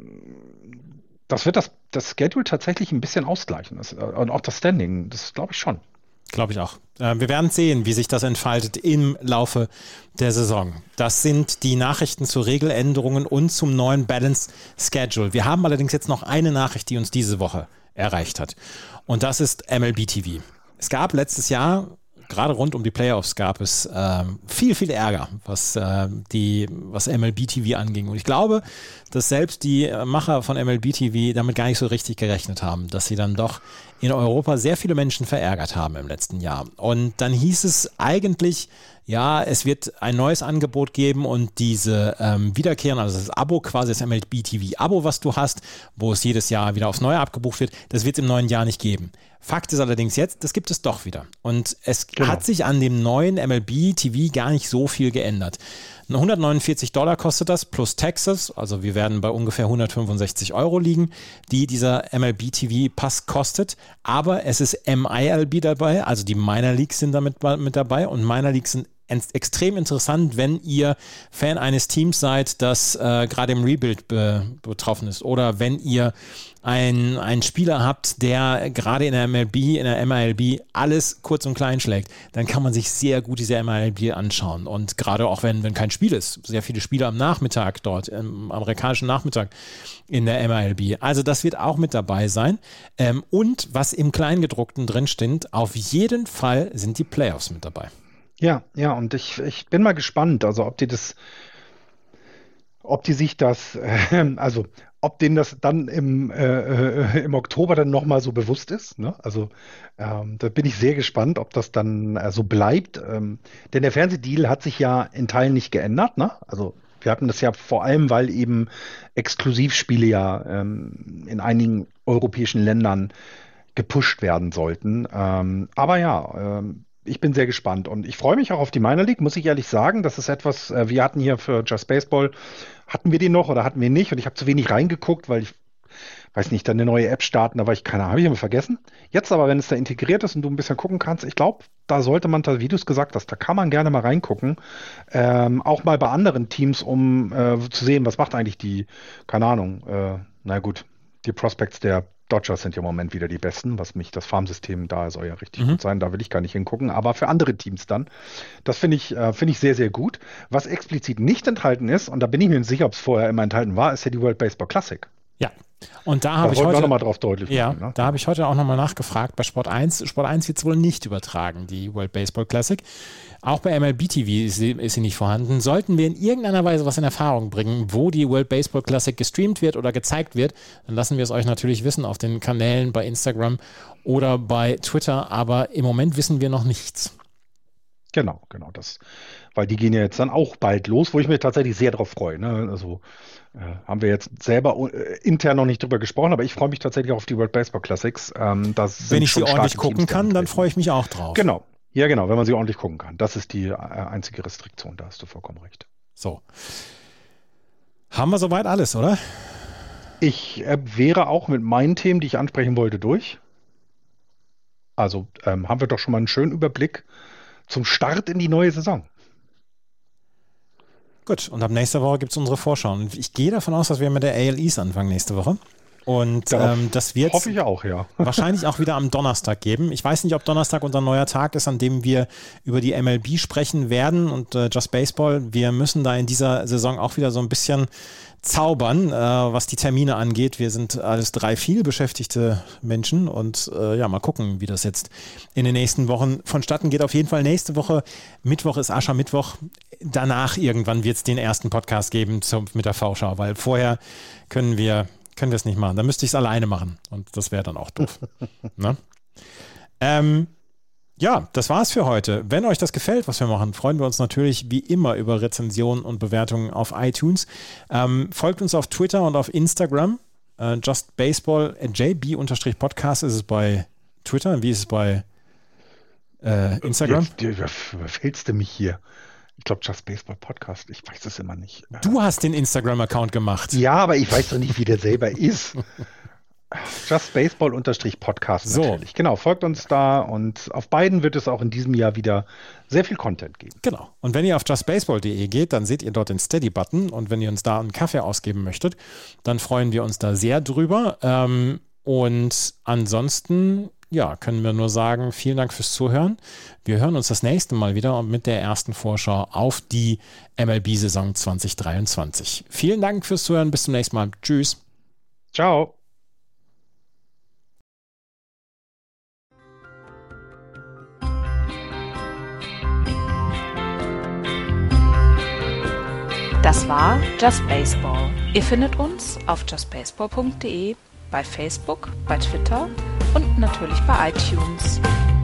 das wird das, das Schedule tatsächlich ein bisschen ausgleichen. Das, äh, und auch das Standing, das glaube ich schon. glaube ich auch. Äh, wir werden sehen, wie sich das entfaltet im Laufe der Saison. Das sind die Nachrichten zu Regeländerungen und zum neuen Balance Schedule. Wir haben allerdings jetzt noch eine Nachricht, die uns diese Woche erreicht hat. Und das ist M L B T V. Es gab letztes Jahr, gerade rund um die Playoffs, gab es ähm, viel, viel Ärger, was, äh, die, was M L B T V anging. Und ich glaube, dass selbst die Macher von M L B T V damit gar nicht so richtig gerechnet haben, dass sie dann doch in Europa sehr viele Menschen verärgert haben im letzten Jahr. Und dann hieß es eigentlich, ja, es wird ein neues Angebot geben und diese ähm, Wiederkehren, also das Abo quasi, das M L B T V-Abo, was du hast, wo es jedes Jahr wieder aufs Neue abgebucht wird, das wird es im neuen Jahr nicht geben. Fakt ist allerdings jetzt, das gibt es doch wieder. Und es Genau. hat sich an dem neuen M L B T V gar nicht so viel geändert. hundertneunundvierzig Dollar kostet das plus Taxes, also wir werden bei ungefähr hundertfünfundsechzig Euro liegen, die dieser M L B T V-Pass kostet, aber es ist M I L B dabei, also die Minor Leagues sind damit mit dabei und Minor Leagues sind extrem interessant, wenn ihr Fan eines Teams seid, das äh, gerade im Rebuild be- betroffen ist oder wenn ihr ein, einen Spieler habt, der gerade in der M L B, in der M I L B alles kurz und klein schlägt, dann kann man sich sehr gut diese M I L B anschauen und gerade auch wenn, wenn kein Spiel ist, sehr viele Spiele am Nachmittag dort, im amerikanischen Nachmittag in der M I L B. Also das wird auch mit dabei sein ähm, und was im Kleingedruckten drin steht, auf jeden Fall sind die Playoffs mit dabei. Ja, ja, und ich, ich bin mal gespannt, also ob die das, ob die sich das, äh, also ob denen das dann im, äh, äh, im Oktober dann nochmal so bewusst ist. Ne? Also ähm, da bin ich sehr gespannt, ob das dann äh, so bleibt. Ähm, denn der Fernsehdeal hat sich ja in Teilen nicht geändert. Ne? Also wir hatten das ja vor allem, weil eben Exklusivspiele ja ähm, in einigen europäischen Ländern gepusht werden sollten. Ähm, aber ja, ähm, ich bin sehr gespannt und ich freue mich auch auf die Minor League, muss ich ehrlich sagen. Das ist etwas, äh, wir hatten hier für Just Baseball, hatten wir den noch oder hatten wir nicht? Und ich habe zu wenig reingeguckt, weil ich, weiß nicht, dann eine neue App starten, da war ich, keine Ahnung, habe ich immer vergessen. Jetzt aber, wenn es da integriert ist und du ein bisschen gucken kannst, ich glaube, da sollte man, wie du es gesagt hast, da kann man gerne mal reingucken. Ähm, auch mal bei anderen Teams, um äh, zu sehen, was macht eigentlich die, keine Ahnung, äh, na gut, die Prospects der Dodgers sind ja im Moment wieder die besten, was mich das Farmsystem da soll ja richtig Mhm. gut sein, da will ich gar nicht hingucken, aber für andere Teams dann. Das finde ich, äh, finde ich sehr, sehr gut. Was explizit nicht enthalten ist, und da bin ich mir nicht sicher, ob es vorher immer enthalten war, ist ja die World Baseball Classic. Ja, Und da habe ich heute noch mal drauf deutlich ja, machen, ne? da habe ich heute auch nochmal nachgefragt bei Sport eins. Sport eins wird es wohl nicht übertragen, die World Baseball Classic. Auch bei M L B T V ist sie, ist sie nicht vorhanden. Sollten wir in irgendeiner Weise was in Erfahrung bringen, wo die World Baseball Classic gestreamt wird oder gezeigt wird, dann lassen wir es euch natürlich wissen auf den Kanälen bei Instagram oder bei Twitter. Aber im Moment wissen wir noch nichts. Genau, genau. Das, weil die gehen ja jetzt dann auch bald los, wo ich mich tatsächlich sehr drauf freue. Ne? Also äh, haben wir jetzt selber äh, intern noch nicht drüber gesprochen, aber ich freue mich tatsächlich auf die World Baseball Classics. Ähm, das Wenn ich sie ordentlich gucken kann, dann freue ich mich auch drauf. Genau. Ja, genau, wenn man sie ordentlich gucken kann. Das ist die äh, einzige Restriktion, da hast du vollkommen recht. So. Haben wir soweit alles, oder? Ich äh, wäre auch mit meinen Themen, die ich ansprechen wollte, durch. Also ähm, haben wir doch schon mal einen schönen Überblick zum Start in die neue Saison. Gut, und ab nächster Woche gibt es unsere Vorschau. Und ich gehe davon aus, dass wir mit der A L East anfangen nächste Woche. Und ähm, das wird hoffe ich auch, ja. wahrscheinlich auch wieder am Donnerstag geben. Ich weiß nicht, ob Donnerstag unser neuer Tag ist, an dem wir über die M L B sprechen werden und äh, Just Baseball. Wir müssen da in dieser Saison auch wieder so ein bisschen zaubern, äh, was die Termine angeht. Wir sind alles drei viel beschäftigte Menschen und äh, ja, mal gucken, wie das jetzt in den nächsten Wochen vonstatten geht. Auf jeden Fall nächste Woche, Mittwoch ist Aschermittwoch. Danach irgendwann wird es den ersten Podcast geben zum, mit der V-Schau, weil vorher können wir können wir es nicht machen. Dann müsste ich es alleine machen und das wäre dann auch doof. Ne? Ähm, ja, das war's für heute. Wenn euch das gefällt, was wir machen, freuen wir uns natürlich wie immer über Rezensionen und Bewertungen auf iTunes. Ähm, folgt uns auf Twitter und auf Instagram. Äh, Just Baseball, äh, J B-Podcast ist es bei Twitter. Wie ist es bei äh, Instagram? Jetzt, jetzt überfällst du mich hier. Ich glaube, Just Baseball Podcast. Ich weiß es immer nicht. Du hast den Instagram-Account gemacht. Ja, aber ich weiß doch nicht, wie der selber ist. Just Baseball Podcast so. Natürlich. Genau, folgt uns da und auf beiden wird es auch in diesem Jahr wieder sehr viel Content geben. Genau. Und wenn ihr auf just baseball punkt de geht, dann seht ihr dort den Steady-Button und wenn ihr uns da einen Kaffee ausgeben möchtet, dann freuen wir uns da sehr drüber. Ähm, und ansonsten ja, können wir nur sagen, vielen Dank fürs Zuhören. Wir hören uns das nächste Mal wieder mit der ersten Vorschau auf die M L B-Saison zwanzig dreiundzwanzig. Vielen Dank fürs Zuhören. Bis zum nächsten Mal. Tschüss. Ciao. Das war Just Baseball. Ihr findet uns auf just baseball punkt de, bei Facebook, bei Twitter und natürlich bei iTunes.